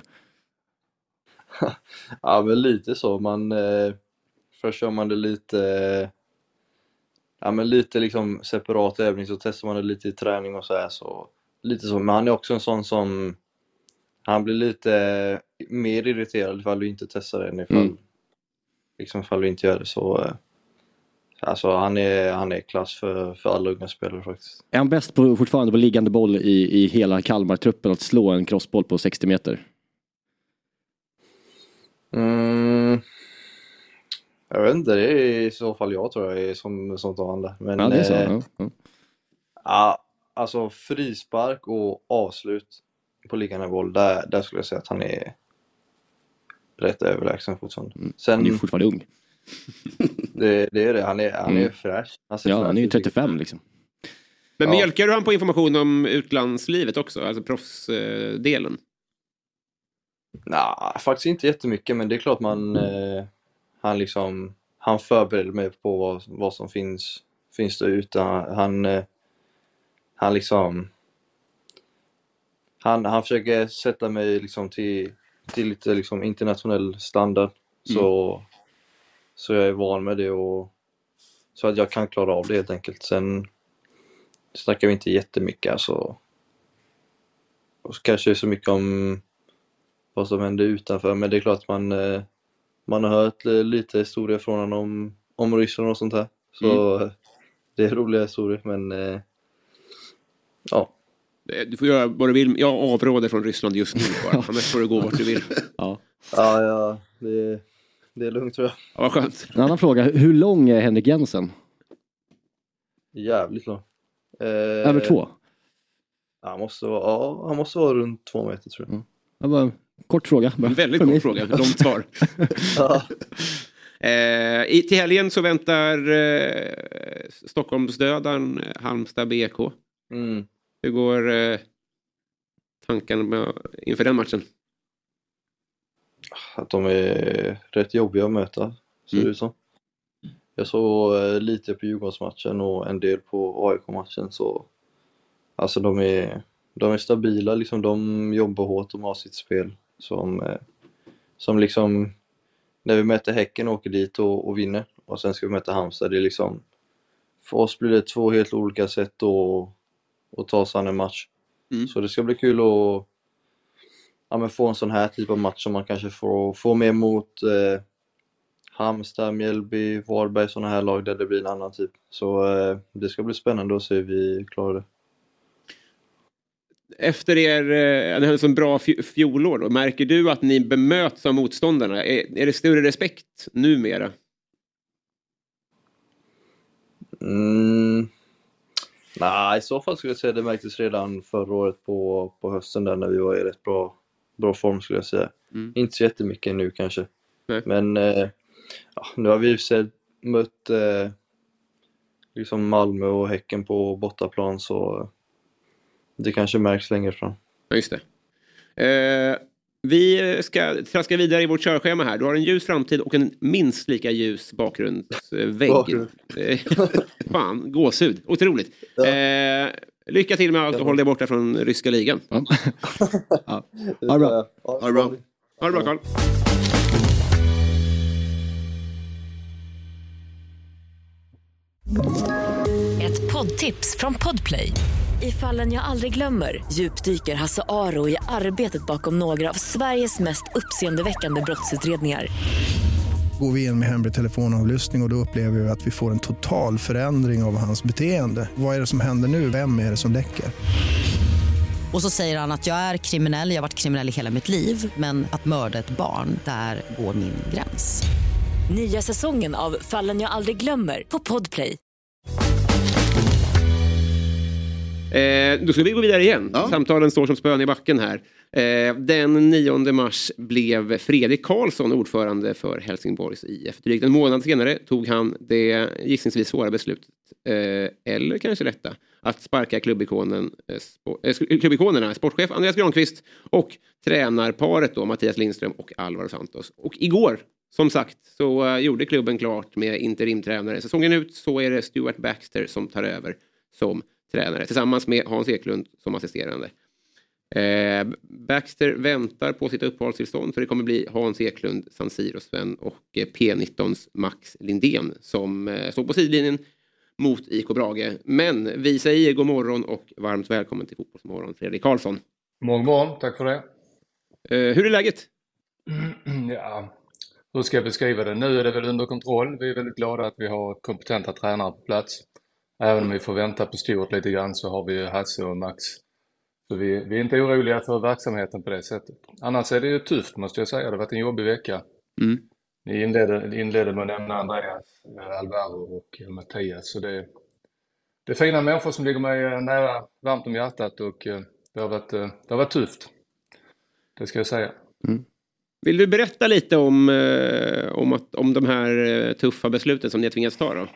[SPEAKER 8] Ja, men lite så. Man, eh, först kör man det lite... Eh, ja, men lite liksom separat övning, så testar man det lite i träning och så här. Så, lite så. Men han är också en sån som... Han blir lite eh, mer irriterad ifall du inte testar det än ifall, mm. liksom ifall du inte gör det. Så... Eh, alltså han är, han är klass för, för alla unga spelare faktiskt.
[SPEAKER 3] Är han bäst på, fortfarande på liggande boll i, i hela Kalmar-truppen att slå en crossboll på sextio meter?
[SPEAKER 8] Mm, jag vet inte, det är i så fall jag tror jag är som, som tar han där. Men,
[SPEAKER 3] ja, det är så.
[SPEAKER 8] Eh,
[SPEAKER 3] ja, ja.
[SPEAKER 8] ja, alltså frispark och avslut på liggande boll, där, där skulle jag säga att han är rätt överlägsen fortfarande. Sen,
[SPEAKER 3] han är ju fortfarande ung.
[SPEAKER 8] Det, det är det, han är, han är mm. fräsch. Han
[SPEAKER 3] ja, fräsch han är ju trettiofem liksom.
[SPEAKER 2] Men ja. Mjölkar du han på information om utlandslivet också? Alltså proffsdelen?
[SPEAKER 8] Nej, faktiskt inte jättemycket, men det är klart man eh, han liksom han förbereder mig på vad, vad som finns finns där ute. Han han, eh, han liksom han, han försöker sätta mig liksom till, till lite liksom internationell standard. Mm. Så så jag är van med det och så att jag kan klara av det helt enkelt. Sen snackar vi inte jättemycket alltså. Och så kanske det är så mycket om vad som händer utanför, men det är klart att man eh, man har hört lite historia från honom om, om Ryssland och sånt här. Så mm. det är roliga historier, men eh, ja.
[SPEAKER 2] Du får göra vad du vill. Jag avråder från Ryssland just nu bara. Annars får du gå vart du vill.
[SPEAKER 8] Ja, ja, ja det, det är lugnt tror jag.
[SPEAKER 2] Ja, vad skönt.
[SPEAKER 3] En annan fråga, hur lång är Henrik Jensen?
[SPEAKER 8] Jävligt lång. Eh,
[SPEAKER 3] Över två?
[SPEAKER 8] Han måste vara, ja, han måste vara runt två meter tror jag.
[SPEAKER 3] Mm. Det var en kort fråga.
[SPEAKER 2] En väldigt kort fråga, långt svar.
[SPEAKER 8] Ja.
[SPEAKER 2] eh, i, till helgen så väntar eh, Stockholmsdödaren Halmstad B K.
[SPEAKER 8] Mm.
[SPEAKER 2] Hur går eh, tankarna med, inför den matchen?
[SPEAKER 8] Att de är rätt jobbiga att möta, ser mm. det ut som. Jag såg eh, lite på Djurgårdsmatchen och en del på A I K-matchen, så alltså de är, de är stabila, liksom, de jobbar hårt, de har sitt spel som, eh, som liksom när vi möter Häcken och åker dit och, och vinner, och sen ska vi möta Halmstad, det är liksom för oss blir det två helt olika sätt att, att ta sig an en match. Mm. Så det ska bli kul att ja, men få en sån här typ av match som man kanske får, får med mot eh, Halmstad, Mjällby, Varberg, såna här lag där det blir en annan typ. Så eh, det ska bli spännande att se hur vi klarar det.
[SPEAKER 2] Efter er eh, en sån bra fjolår då, märker du att ni bemöts av motståndarna? Är, är det större respekt numera?
[SPEAKER 8] Mm. Nej, i så fall skulle jag säga det märktes redan förra året på, på hösten där när vi var i rätt bra, bra form skulle jag säga. Mm. Inte så jättemycket nu kanske. Nej. Men eh, ja, nu har vi sett, mött eh, liksom Malmö och Häcken på bortaplan, så det kanske märks längre fram.
[SPEAKER 2] Ja, just det. Eh, vi ska traska vidare i vårt körschema här. Du har en ljus framtid och en minst lika ljus bakgrundsvägg.
[SPEAKER 8] Bakgrund.
[SPEAKER 2] Fan, gåshud. Otroligt. Ja. Eh, lycka till med allt och håll dig borta från ryska ligan.
[SPEAKER 3] Ja. Ja. Ha det bra.
[SPEAKER 4] Ha det bra.
[SPEAKER 2] Ha det bra, Carl.
[SPEAKER 5] Ett poddtips från Podplay. I Fallen jag aldrig glömmer djupdyker Hasse Aro i arbetet bakom några av Sveriges mest uppseendeväckande brottsutredningar.
[SPEAKER 6] Går vi in med hemlig telefonavlyssning och, och då upplever vi att vi får en total förändring av hans beteende. Vad är det som händer nu? Vem är det som läcker?
[SPEAKER 7] Och så säger han att jag är kriminell, jag har varit kriminell i hela mitt liv, men att mörda ett barn, där går min gräns.
[SPEAKER 5] Nya säsongen av Fallen jag aldrig glömmer på Podplay.
[SPEAKER 2] Eh, då ska vi gå vidare igen.
[SPEAKER 4] Ja.
[SPEAKER 2] Samtalen står som spön i backen här. Eh, den nionde mars blev Fredrik Karlsson ordförande för Helsingborgs I F. Drygt en månad senare tog han det gissningsvis svåra beslutet, eh, eller kanske detta, att sparka klubbikonen, eh, spo, eh, klubbikonerna, sportchef Andreas Granqvist och tränarparet då, Mattias Lindström och Alvaro Santos. Och igår, som sagt, så uh, gjorde klubben klart med interimtränare. Säsongen ut så är det Stuart Baxter som tar över som tränare tillsammans med Hans Eklund som assisterande. Eh, Baxter väntar på sitt uppehållstillstånd, för det kommer bli Hans Eklund, San Siro-Sven och eh, P nitton:s Max Lindén som eh, står på sidlinjen mot I K Brage. Men vi säger god morgon och varmt välkommen till Fotbollsmorgon, Fredrik Karlsson.
[SPEAKER 9] Morgon, morgon, tack för det.
[SPEAKER 2] Eh, hur är läget?
[SPEAKER 9] Ja, hur ska jag beskriva det? Nu är det väl under kontroll. Vi är väldigt glada att vi har kompetenta tränare på plats. Även om vi får vänta på Stuart lite grann så har vi Hasse och Max. Så vi, vi är inte oroliga för verksamheten på det sättet. Annars är det ju tufft, måste jag säga. Det har varit en jobbig vecka.
[SPEAKER 2] Mm.
[SPEAKER 9] Ni inledde, inledde med att nämna Andreas, Alvaro och Mattias. Så det, det är fina människor som ligger mig nära, varmt om hjärtat, och det har varit, det har varit tufft. Det ska jag säga.
[SPEAKER 2] Mm. Vill du berätta lite om, eh, om, att, om de här tuffa besluten som ni har tvingats ta då?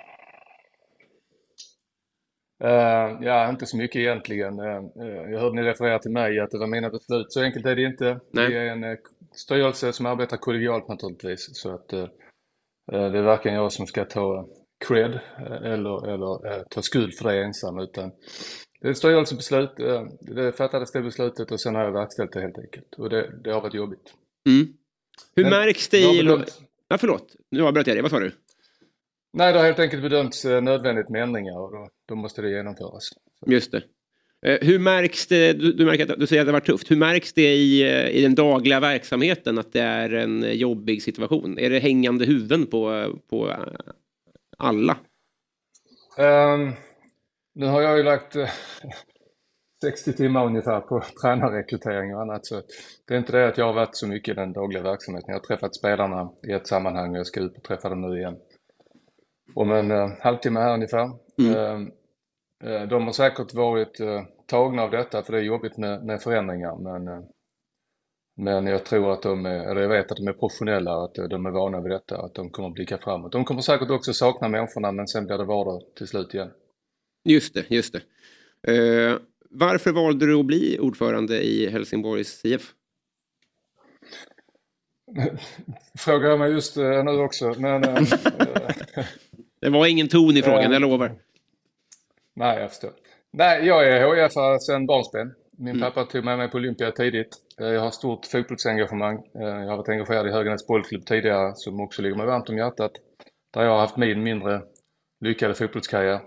[SPEAKER 9] Uh, ja, inte så mycket egentligen. Uh, jag hörde ni referera till mig att det var mina beslut. Så enkelt är det inte.
[SPEAKER 2] Nej.
[SPEAKER 9] Det är en uh, styrelse som arbetar kollegialt naturligtvis. Så att uh, det är varken jag som ska ta cred uh, eller, eller uh, ta skuld för det ensam. Utan det är ett styrelsebeslut. Uh, det fattades det beslutet och sen har jag verkställt det helt enkelt. Och det, det har varit jobbigt.
[SPEAKER 2] Mm. Hur
[SPEAKER 9] Men,
[SPEAKER 2] märks det i...
[SPEAKER 9] Bedömt...
[SPEAKER 2] Ja, förlåt. Nu avbröt jag det. Vad sa du?
[SPEAKER 9] Nej, det har helt enkelt bedömts nödvändigt med ändringar och då, då måste det genomföras.
[SPEAKER 2] Just det. Eh, hur märks det, du, du, märker att, du säger att det var tufft, hur märks det i, i den dagliga verksamheten att det är en jobbig situation? Är det hängande huvuden på, på alla?
[SPEAKER 9] Um, nu har jag ju lagt uh, sextio timmar ungefär på tränarrekrytering och annat, så det är inte det att jag har varit så mycket i den dagliga verksamheten. Jag har träffat spelarna i ett sammanhang och jag ska ut och träffa dem nu igen. Om en uh, halvtimme här ungefär. Mm. Uh, uh, de har säkert varit uh, tagna av detta, för det är jobbigt med, med förändringar. Men, uh, men jag tror att de är, eller jag vet att de är professionella, att uh, de är vana vid detta, att de kommer att blicka framåt. De kommer säkert också sakna människorna, men sen blir det vardag till slut igen.
[SPEAKER 2] Just det, just det. Uh, varför valde du att bli ordförande i Helsingborgs I F?
[SPEAKER 9] Frågar jag mig just uh, nu också, men... Uh,
[SPEAKER 2] Det var ingen ton i frågan, uh, jag lovar.
[SPEAKER 9] Nej, jag förstår. Nej, jag är H I F-are sedan barnsben. Min mm. pappa tog med mig på Olympia tidigt. Jag har stort fotbollsengagemang. Jag har varit engagerad i Höganäs bollklubb tidigare, som också ligger mig varmt om hjärtat. Där jag har haft min mindre lyckade fotbollskarriär.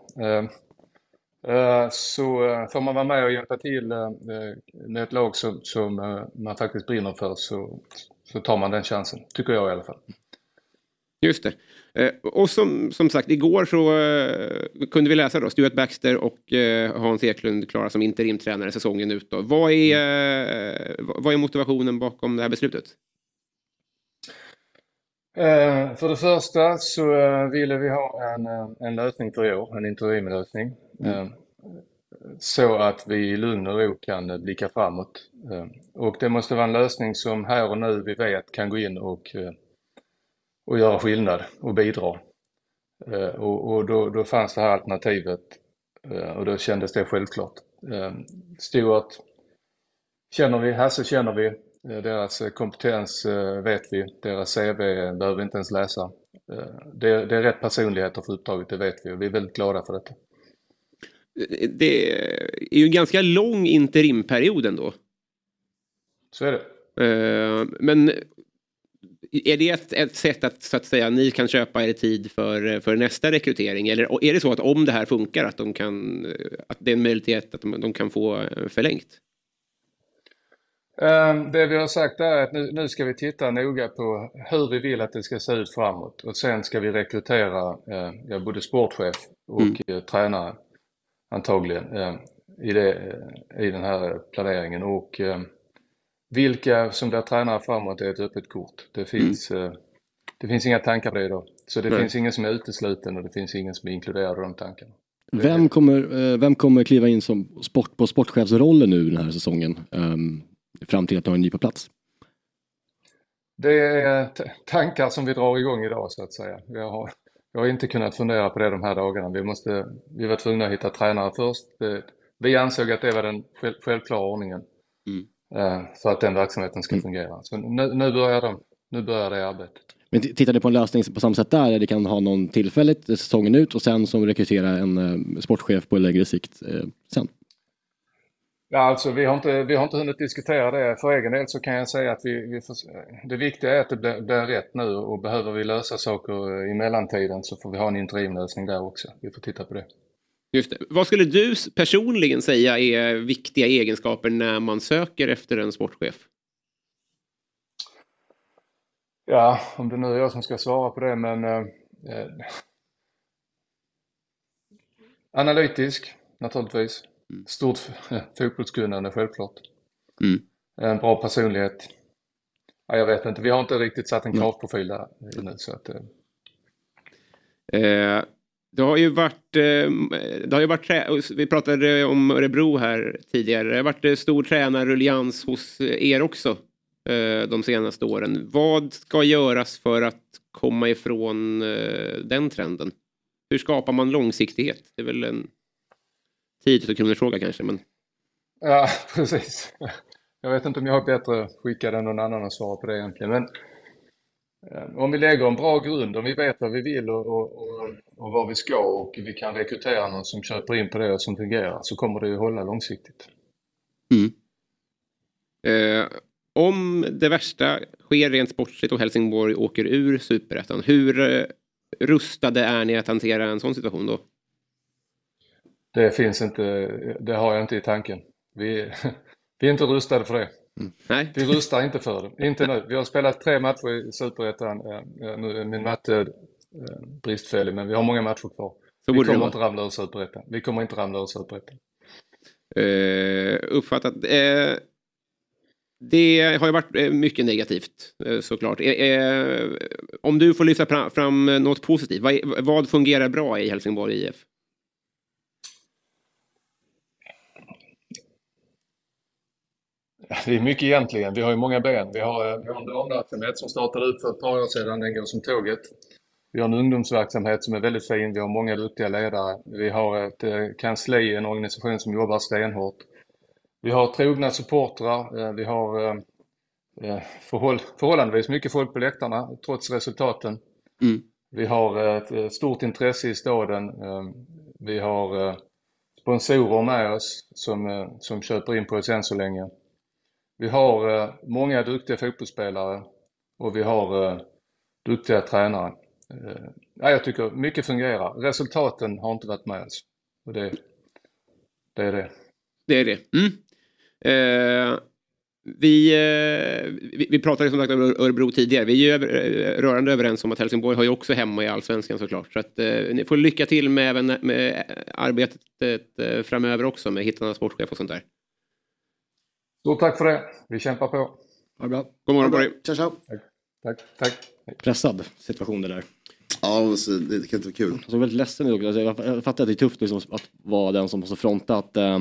[SPEAKER 9] Så får man vara med och hjälpa till med ett lag som, som man faktiskt brinner för, så, så tar man den chansen, tycker jag i alla fall.
[SPEAKER 2] Just det. Eh, och som, som sagt, igår så eh, kunde vi läsa då Stuart Baxter och eh, Hans Eklund klara som interimtränare säsongen ut då. Vad är, eh, vad är motivationen bakom det här beslutet?
[SPEAKER 9] Eh, för det första så eh, ville vi ha en, en lösning för i år, en interimlösning. Mm. Eh, så att vi i lugn och ro kan blicka framåt. Eh, och det måste vara en lösning som här och nu vi vet kan gå in och eh, och göra skillnad och bidra. Eh, och och då, då fanns det här alternativet eh, och då kändes det självklart. Eh, Stuart känner vi, Hasse känner vi, eh, deras kompetens eh, vet vi, deras C V behöver vi inte ens läsa. Eh, det, det är rätt personligheter för uppdraget, det vet vi och vi är väldigt glada för detta.
[SPEAKER 2] Det är ju en ganska lång interimperiod ändå.
[SPEAKER 9] Så är det.
[SPEAKER 2] Eh, men... Är det ett, ett sätt att, så att säga, ni kan köpa er tid för, för nästa rekrytering? Eller är det så att om det här funkar att, de kan, att det är en möjlighet att de, de kan få förlängt?
[SPEAKER 9] Det vi har sagt är att nu, nu ska vi titta noga på hur vi vill att det ska se ut framåt. Och sen ska vi rekrytera eh, både sportchef och mm. eh, tränare antagligen eh, i, det, i den här planeringen. Och... Eh, Vilka som blir tränare framåt är ett öppet kort. Det finns, mm. det finns inga tankar på det idag. Så det Nej. finns ingen som är utesluten och det finns ingen som är inkluderad i de tankarna.
[SPEAKER 3] Vem kommer, vem kommer kliva in som sport, på sportchefsrollen nu den här säsongen? Um, fram till att ha en ny på plats?
[SPEAKER 9] Det är t- tankar som vi drar igång idag så att säga. Jag har, jag har inte kunnat fundera på det de här dagarna. Vi, måste, vi var tvungna att hitta tränare först. Det, vi ansåg att det var den själv, självklara ordningen mm. uh, för att den verksamheten ska mm. fungera. Så nu, nu, börjar de, nu börjar det arbetet. Men
[SPEAKER 3] tittar ni på en lösning på samma sätt där, där det kan ha någon tillfälligt säsongen ut och sen som rekrytera en uh, sportchef på längre sikt uh, sen?
[SPEAKER 9] Ja, alltså vi har, inte, vi har inte hunnit diskutera det. För egen del så kan jag säga att vi, vi får, det viktiga är att det blir, blir rätt nu och behöver vi lösa saker i mellantiden så får vi ha en interimlösning där också. Vi får titta på det.
[SPEAKER 2] Just det. Vad skulle du personligen säga är viktiga egenskaper när man söker efter en sportchef?
[SPEAKER 9] Ja, om det nu är jag som ska svara på det, men eh, analytisk naturligtvis. Mm. Stort fotbollskunnande självklart. Mm. En bra personlighet. Ja, jag vet inte, vi har inte riktigt satt en kravprofil där nu så att... Eh.
[SPEAKER 2] Eh, det har ju varit, eh, det har ju varit trä- vi pratade om Örebro här tidigare. Det har varit stor tränarruljans hos er också eh, de senaste åren. Vad ska göras för att komma ifrån eh, den trenden? Hur skapar man långsiktighet? Det är väl en tio tusen kronor fråga kanske, men...
[SPEAKER 9] Ja, precis. Jag vet inte om jag har bättre skickad än någon annan att svara på det egentligen, men eh, om vi lägger en bra grund, om vi vet vad vi vill och, och, och, och vad vi ska och vi kan rekrytera någon som köper in på det och som fungerar, så kommer det ju hålla långsiktigt.
[SPEAKER 2] Mm. Eh, om det värsta sker rent sportsligt och Helsingborg åker ur Superettan, hur eh, rustade är ni att hantera en sån situation då?
[SPEAKER 9] Det finns inte, det har jag inte i tanken. Vi, vi är inte rustade för det.
[SPEAKER 2] Mm. Nej.
[SPEAKER 9] Vi rustar inte för det. Inte nu. Vi har spelat tre matcher i Superettan. Nu är min matte bristfällig, men vi har många matcher kvar. Så vi kommer inte ramla ur Superettan. Vi kommer inte ramla ur Superettan.
[SPEAKER 2] Uh, uppfattat. Uh, det har ju varit mycket negativt uh, såklart. Uh, uh, om du får lyfta fram, fram något positivt. Vad, vad fungerar bra i Helsingborg I F?
[SPEAKER 9] Det är mycket egentligen. Vi har ju många ben. Vi har, vi har en damverksamhet som startade ut för ett par år sedan. Den går som tåget. Vi har en ungdomsverksamhet som är väldigt fin. Vi har många duktiga ledare. Vi har ett kansli, en organisation som jobbar stenhårt. Vi har trogna supportrar. Vi har förhåll, förhållandevis mycket folk på läktarna trots resultaten. Mm. Vi har ett stort intresse i staden. Vi har sponsorer med oss som, som köper in på oss än så länge. Vi har eh, många duktiga fotbollsspelare och vi har eh, duktiga tränare. Eh, ja, jag tycker mycket fungerar. Resultaten har inte varit med oss. Och det, det är det.
[SPEAKER 2] Det är det. Mm. Eh, vi, eh, vi, vi pratade som sagt om Örebro tidigare. Vi är ju över, rörande överens om att Helsingborg har ju också hemma i Allsvenskan såklart. Så att eh, ni får lycka till med, även med arbetet eh, framöver också med hittarna sportchef och sånt där.
[SPEAKER 9] Stort tack för det. Vi kämpar på.
[SPEAKER 3] Ja, bra.
[SPEAKER 2] God morgon på dig.
[SPEAKER 4] Ciao, ciao.
[SPEAKER 9] Tack. Tack. Tack.
[SPEAKER 3] Pressad situation det där.
[SPEAKER 4] Ja, så det kan inte vara kul.
[SPEAKER 3] Jag är väldigt ledsen nu. Alltså, jag fattar att det är tufft liksom, att vara den som måste fronta att äh,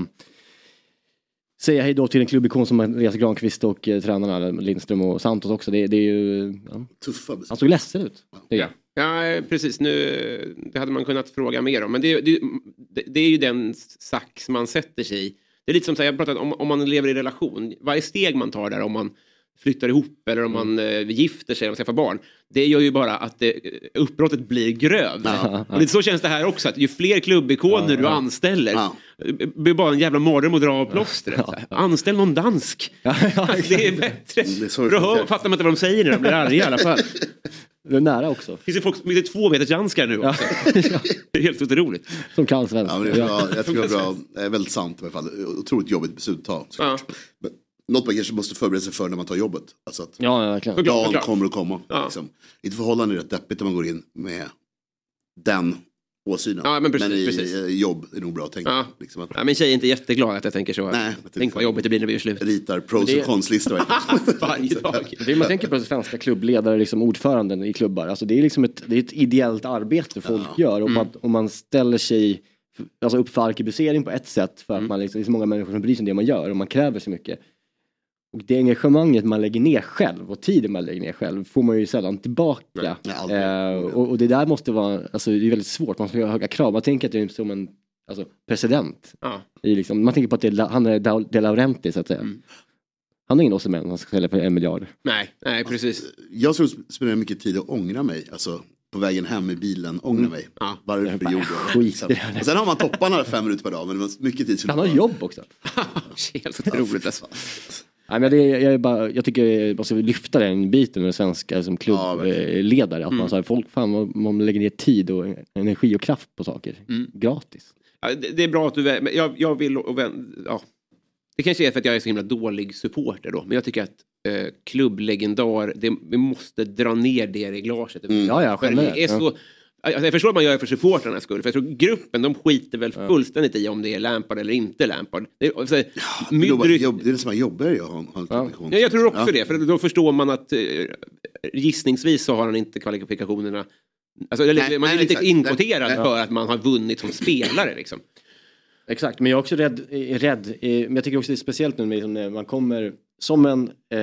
[SPEAKER 3] säga hej då till en klubbikon som Andreas Granqvist och äh, tränarna Lindström och Santos också. Det, det är ju... Ja.
[SPEAKER 4] Tuffa.
[SPEAKER 3] Han såg ledsen ut.
[SPEAKER 2] Det ja. Ja, precis. Nu, det hade man kunnat fråga mer om. Men det, det, det är ju den sax man sätter sig i. Det är lite som att jag pratat om, om man lever i relation. Varje steg man tar där, om man flyttar ihop eller om man mm. eh, gifter sig eller skaffar barn. Det gör ju bara att det, uppbrottet blir grövre. Ja, ja. Och det, så känns det här också. Att ju fler klubbikoner ja, du ja. anställer. Ja. Det blir bara en jävla mardröm att dra av plåstret. Ja, ja. Anställ någon dansk. Ja, ja, det är bättre. För att höra, fattar man inte vad de säger när de blir arga i alla fall.
[SPEAKER 3] Det är nära också.
[SPEAKER 2] Finns det, folk, finns det två meters danskar nu också? Ja. Det är helt otroligt.
[SPEAKER 3] Som kan svenska.
[SPEAKER 4] Ja, men det är bra. Jag tycker det är bra. Det är väldigt sant i alla fall. Otroligt jobbigt beslut att ta. Ja. Men något man kanske måste förbereda sig för när man tar jobbet. Alltså att
[SPEAKER 3] ja, ja, verkligen.
[SPEAKER 4] dagen kommer att komma. Ja. Liksom. Inte förhållande är rätt deppigt när man går in med den åsynen.
[SPEAKER 2] Ja, men, precis,
[SPEAKER 4] men i
[SPEAKER 2] precis.
[SPEAKER 4] jobb är nog bra att tänka.
[SPEAKER 2] Ja.
[SPEAKER 4] Liksom att...
[SPEAKER 2] ja, min tjej är inte jätteglad att jag tänker så.
[SPEAKER 4] Nej,
[SPEAKER 2] tänk vad jobbigt det blir när vi är slut.
[SPEAKER 4] Ritar pros och cons-listor.
[SPEAKER 2] Varje dag.
[SPEAKER 3] Det man tänker på svenska klubbledare, liksom ordföranden i klubbar. Alltså det är liksom ett, det är ett ideellt arbete folk ja. gör. Om, mm. man, om man ställer sig alltså upp för arkebusering på ett sätt för att mm. man liksom, det är så många människor som bryr sig om det man gör och man kräver så mycket. Och det engagemanget man lägger ner själv och tiden man lägger ner själv får man ju sällan tillbaka. Nej, eh, och, och det där måste vara, alltså det är väldigt svårt, man ska ha höga krav. Man tänker att det är som en alltså, president. Ja. I liksom, man tänker på att det är, han är De Laurentiis så att säga. Mm. Han har ingen åsikt han ska sälja för en miljard.
[SPEAKER 2] Nej, nej precis.
[SPEAKER 4] Jag tror att spenderar mycket tid att ångra mig, alltså på vägen hem i bilen, ångra mm. mig. Ja. Varför jag gjorde det. Och sen har man topparna fem minuter per dag, men det var mycket tid.
[SPEAKER 3] Han har jobb också.
[SPEAKER 2] Helt otroligt alltså.
[SPEAKER 3] Nej, men det, jag, är bara, jag tycker jag måste lyfta den biten med svenska som klubbledare. Ja, att mm. man så här, folk fan, man lägger ner tid och energi och kraft på saker. Mm. Gratis.
[SPEAKER 2] Ja, det, det är bra att du... Jag, jag vill... Och, ja. Det kanske är för att jag är så himla dålig supporter då. Men jag tycker att eh, klubblegendar... Det, vi måste dra ner det i reglaget.
[SPEAKER 3] Mm. Ja, ja, själv.
[SPEAKER 2] Det är så... Alltså jag förstår att man gör det för supporternas skull. För jag tror gruppen, de skiter väl ja. fullständigt i om det är Lampard eller inte Lampard. Det är, alltså,
[SPEAKER 4] ja, mycket... jobb, det är det som är jobbigare jag har, har
[SPEAKER 2] ja. ja, jag tror också ja. det. För då förstår man att eh, gissningsvis så har han inte kvalifikationerna. Alltså, nej, man är nej, lite inkvoterad för att man har vunnit som spelare liksom.
[SPEAKER 3] Exakt, men jag är också rädd, rädd men jag tycker också det är speciellt nu när man kommer som en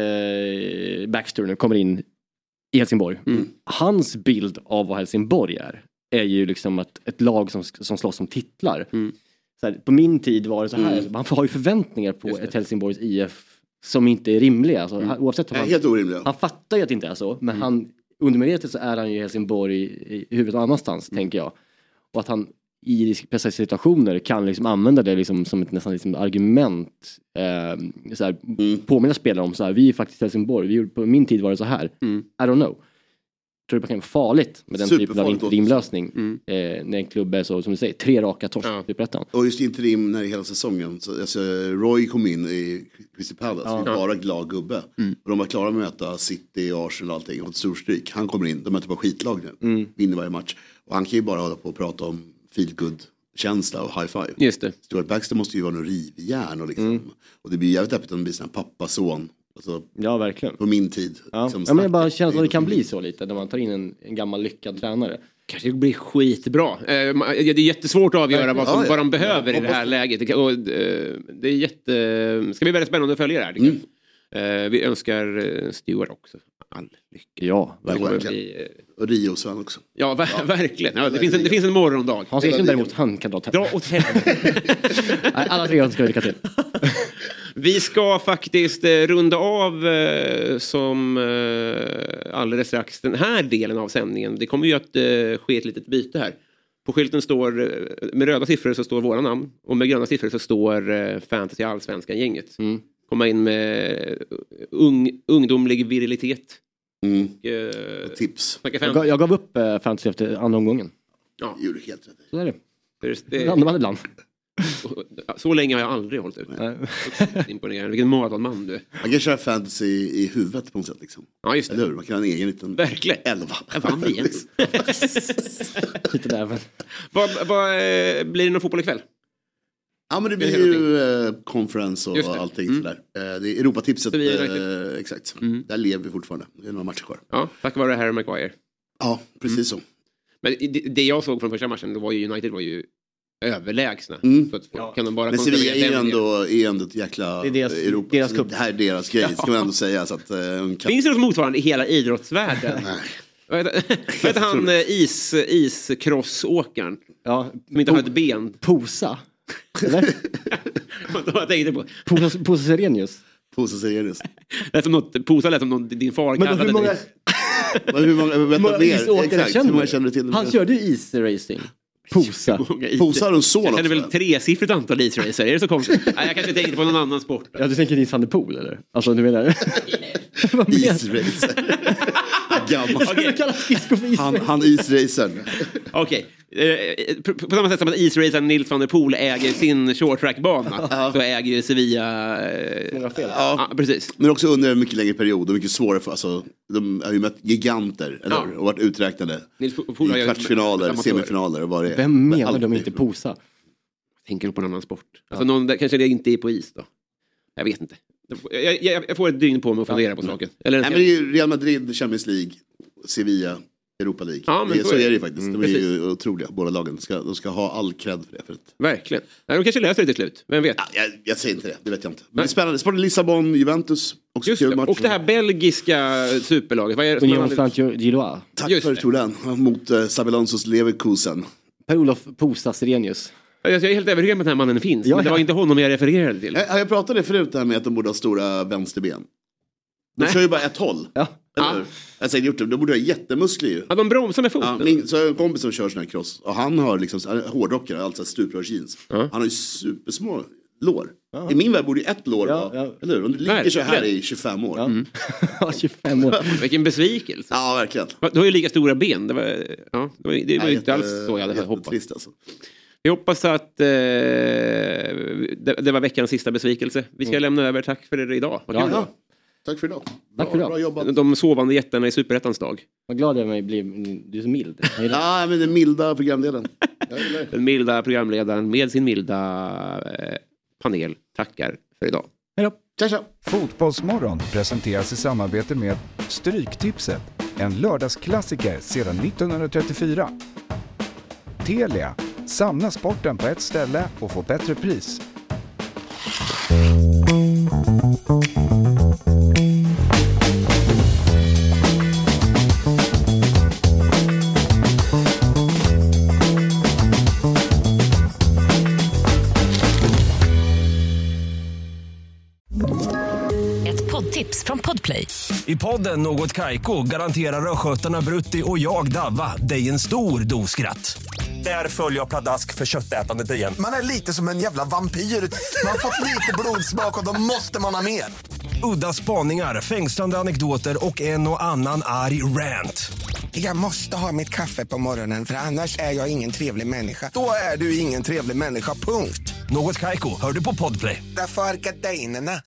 [SPEAKER 3] eh, Baxter nu kommer in i Helsingborg. Mm. Hans bild av vad Helsingborg är är ju liksom att ett lag som, som slåss om titlar. Mm. Så här, på min tid var det så här, mm. man har ju förväntningar på ett Helsingborgs I F som inte är rimliga. Alltså, mm. oavsett
[SPEAKER 4] han, helt orimliga.
[SPEAKER 3] Han fattar ju att det inte är så, men mm. han undermedvetet så är han ju i Helsingborg i, i huvudet någon annanstans, mm. tänker jag. Och att han i pressade situationer kan liksom använda det liksom som ett nästan liksom argument eh, så här, mm. påminna spelare om så här, vi är faktiskt Helsingborg, vi gjorde, på min tid var det så här. Mm. I don't know. Jag tror det kan vara farligt med den typen av interimlösning mm. eh, när en klubb är så, som du säger, tre raka torsk ja. Berättan.
[SPEAKER 4] Och just interim när hela säsongen så, alltså, Roy kom in i Crystal Palace, ja. bara glad gubbe mm. och de var klara med att möta City, Arsenal och allting och ett storstryk. Han kommer in, de möter bara skitlag nu mm. vinner varje match och han kan ju bara hålla på och prata om feel good känsla och high five.
[SPEAKER 2] Just det.
[SPEAKER 4] Stuart Baxter måste ju vara någon rivjärn och liksom. Mm. Och det blir jävligt öppet om det blir sån här pappa-son. Alltså,
[SPEAKER 3] ja, verkligen.
[SPEAKER 4] På min tid.
[SPEAKER 3] Ja, liksom, ja men jag bara känner att det kan bli så lite när man tar in en, en gammal lyckad tränare.
[SPEAKER 2] Kanske det blir skitbra. Eh, det är jättesvårt att avgöra vad, som, ja, ja. vad de behöver ja, i det här läget. Och, eh, det är jätte... ska bli väldigt spännande att följa det här. Mm. Eh, vi önskar Stuart också all lycka.
[SPEAKER 3] Ja,
[SPEAKER 4] verkligen. Bli,
[SPEAKER 2] och
[SPEAKER 4] Rio Sven också.
[SPEAKER 2] Ja, ver- ja. verkligen. Ja, det, finns en, det finns en morgondag.
[SPEAKER 3] Hans Eklund däremot, han kan dra åt
[SPEAKER 2] Dra åt helvete.
[SPEAKER 3] Alla tre ska lycka till.
[SPEAKER 2] Vi ska faktiskt eh, runda av eh, som eh, alldeles strax den här delen av sändningen. Det kommer ju att eh, ske ett litet byte här. På skylten står, eh, med röda siffror så står våra namn. Och med gröna siffror så står eh, Fantasy Allsvenskan-gänget. Mm. Komma in med ung, ungdomlig virilitet.
[SPEAKER 4] Mm. Och, eh, och tips.
[SPEAKER 3] Jag gav, jag gav upp eh, Fantasy efter andra omgången.
[SPEAKER 4] Ja, gjorde helt rätt.
[SPEAKER 3] Så är det.
[SPEAKER 2] det, det
[SPEAKER 3] Landar man ibland.
[SPEAKER 2] Så, så länge har jag aldrig hållit ut. Imponerande. Vilken maratonman du är.
[SPEAKER 4] Man kan köra fantasy i huvudet på något sätt liksom.
[SPEAKER 2] Ja, just det.
[SPEAKER 4] Eller hur? Man kan ha en egen liten...
[SPEAKER 2] Verkligen.
[SPEAKER 4] Elva.
[SPEAKER 2] Jag vann igen.
[SPEAKER 3] Lite där, men.
[SPEAKER 2] Vad, vad, blir det någon fotboll ikväll?
[SPEAKER 4] Ja, men det blir ju eh, konferens och allting mm. sådär. Eh, det är Europatipset. Eh, exakt. Mm. Där lever vi fortfarande. Det är några matcher kvar.
[SPEAKER 2] Ja, tack vare Harry Maguire.
[SPEAKER 4] Ja, precis mm. så.
[SPEAKER 2] Men det, det jag såg från första matchen, då var ju United var ju överlägsna. Mm. Så att, ja. Kan de bara
[SPEAKER 4] men Sevilla är ändå, är ändå ett jäkla
[SPEAKER 3] det är deras,
[SPEAKER 4] Europa.
[SPEAKER 3] Deras
[SPEAKER 4] det här är deras grej, ska man ändå säga. Så att, uh, kan...
[SPEAKER 2] Finns det något motsvarande i hela idrottsvärlden? Nej. Vad heter han is, iskrossåkaren?
[SPEAKER 3] Ja,
[SPEAKER 2] som inte po- har ett ben.
[SPEAKER 3] Posa. Eller?
[SPEAKER 2] Vad tänkte på?
[SPEAKER 3] Posa, Posa Serenius.
[SPEAKER 4] Posa Serenius.
[SPEAKER 2] Lät som något, Posa lät som någon, din far
[SPEAKER 3] men
[SPEAKER 2] kallade
[SPEAKER 3] hur många...
[SPEAKER 2] dig.
[SPEAKER 4] Men hur många, hur många
[SPEAKER 3] Exakt, hur många känner du till? Han körde ju isracing. Posa.
[SPEAKER 4] Posa har en son också.
[SPEAKER 2] Jag känner väl tresiffrigt antal isracer. Är det så konstigt? Nej, jag kanske tänkte på någon annan sport.
[SPEAKER 3] Ja, du tänker Nils van der Poel, eller? Alltså, du menar...
[SPEAKER 4] Isracer. Gammal. Okay. Han, han isracern.
[SPEAKER 2] Okej. Okay. På, på samma sätt som att isracern Nils van der Poel äger sin short track-bana ja. Så äger ju Sevilla...
[SPEAKER 3] Många fel.
[SPEAKER 2] Ja. Ja, precis.
[SPEAKER 4] Men också under en mycket längre period och mycket svårare för... Alltså, de har ju mött giganter eller, ja. Och varit uträknade i kvartsfinaler, semifinaler och vad det är.
[SPEAKER 3] Vem menar de inte Posa?
[SPEAKER 2] Jag tänker på en annan sport. Alltså ja. Någon där, kanske det inte är på is då. Jag vet inte. Jag, jag, jag får ett dygn på mig att fundera ja. på saken. Eller
[SPEAKER 4] nej, men det är ju Real Madrid, Champions League, Sevilla. Europa League.
[SPEAKER 2] Ja, men
[SPEAKER 4] det,
[SPEAKER 2] så
[SPEAKER 4] så
[SPEAKER 2] är
[SPEAKER 4] är
[SPEAKER 2] det.
[SPEAKER 4] det ju faktiskt.
[SPEAKER 2] Mm,
[SPEAKER 4] de är
[SPEAKER 2] precis.
[SPEAKER 4] ju otroliga, båda lagen. De ska, de ska ha all cred för det. För att...
[SPEAKER 2] Verkligen. Nej, de kanske löser det till slut. Vem vet?
[SPEAKER 4] Ja, jag, jag säger inte det, det vet jag inte. Men det är spännande. Sporting Lissabon, Juventus. Också
[SPEAKER 2] Just
[SPEAKER 4] kul
[SPEAKER 2] det.
[SPEAKER 4] match.
[SPEAKER 2] Och det här belgiska superlaget. Vad är det som
[SPEAKER 3] Union
[SPEAKER 2] man aldrig-
[SPEAKER 3] Saint-Gilloise.
[SPEAKER 4] Tack
[SPEAKER 2] Just
[SPEAKER 4] för
[SPEAKER 2] det.
[SPEAKER 4] tror den. Mot uh, Sabelonsos Leverkusen.
[SPEAKER 3] Per-Olof Posta Sirenius.
[SPEAKER 2] Jag är helt övertygad om att den här mannen finns.
[SPEAKER 3] Ja,
[SPEAKER 2] men det
[SPEAKER 3] ja.
[SPEAKER 2] var inte honom jag refererade till.
[SPEAKER 4] Jag, jag pratade förut det här med att de borde ha stora vänsterben. De
[SPEAKER 2] Nej.
[SPEAKER 4] kör ju bara ett håll.
[SPEAKER 3] Ja.
[SPEAKER 4] Eller
[SPEAKER 2] Ja.
[SPEAKER 4] hur? Jag har säkert gjort det. De borde ha jättemuskler ju.
[SPEAKER 2] Ja, de bromsar med
[SPEAKER 4] Ja,
[SPEAKER 2] foten.
[SPEAKER 4] min, så har jag en kompis som kör sån här cross. Och han har liksom han är hårdrockare, alltså stuprörsjeans.
[SPEAKER 2] Ja.
[SPEAKER 4] Han har ju supersmå lår. I min värld borde ju ett lår
[SPEAKER 3] Ja,
[SPEAKER 4] vara.
[SPEAKER 3] ja.
[SPEAKER 4] Eller hur? Om du ligger så här
[SPEAKER 2] Verkligen.
[SPEAKER 4] i tjugofem år.
[SPEAKER 3] Ja.
[SPEAKER 4] Ja,
[SPEAKER 3] Ja, tjugofem år.
[SPEAKER 2] Vilken besvikelse.
[SPEAKER 4] verkligen.
[SPEAKER 2] Du har ju lika stora ben. Det var, ja, det var, det var ju inte
[SPEAKER 4] jätte-
[SPEAKER 2] alls så jag hade hoppats.
[SPEAKER 4] jättetrist alltså.
[SPEAKER 2] Vi hoppas att eh, det, det var veckans sista besvikelse. Vi ska lämna över. Tack för det idag. Vad
[SPEAKER 3] Ja,
[SPEAKER 2] kul.
[SPEAKER 3] ja.
[SPEAKER 4] Tack för idag.
[SPEAKER 3] Tack för idag.
[SPEAKER 4] Bra jobbat.
[SPEAKER 2] De sovande jättarna i Superettans dag.
[SPEAKER 3] Vad glad jag mig blir. Du är så mild. Jag gillar det.
[SPEAKER 4] Ja, men den milda programdelen. Jag gillar det.
[SPEAKER 2] Den milda programledaren med sin milda eh, panel tackar för idag.
[SPEAKER 3] Hej då.
[SPEAKER 4] Tja, tja.
[SPEAKER 1] Fotbollsmorgon presenteras i samarbete med Stryktipset, en lördagsklassiker sedan nittonhundratrettiofyra. Telia, samla sporten på ett ställe och få bättre pris.
[SPEAKER 5] Ett poddtips från Podplay.
[SPEAKER 10] I podden Något Kaiko garanterar östgötarna Brutti och jag Davva dig en stor dos skratt. Där följer jag pladask för köttätandet igen.
[SPEAKER 11] Man är lite som en jävla vampyr. Man har fått lite blodsmak och då måste man ha mer.
[SPEAKER 10] Udda spaningar, fängslande anekdoter och en och annan arg rant.
[SPEAKER 11] Jag måste ha mitt kaffe på morgonen för annars är jag ingen trevlig människa. Då är du ingen trevlig människa, punkt.
[SPEAKER 10] Något Kaiko, hör du på Podplay.
[SPEAKER 11] Därför är gardinerna.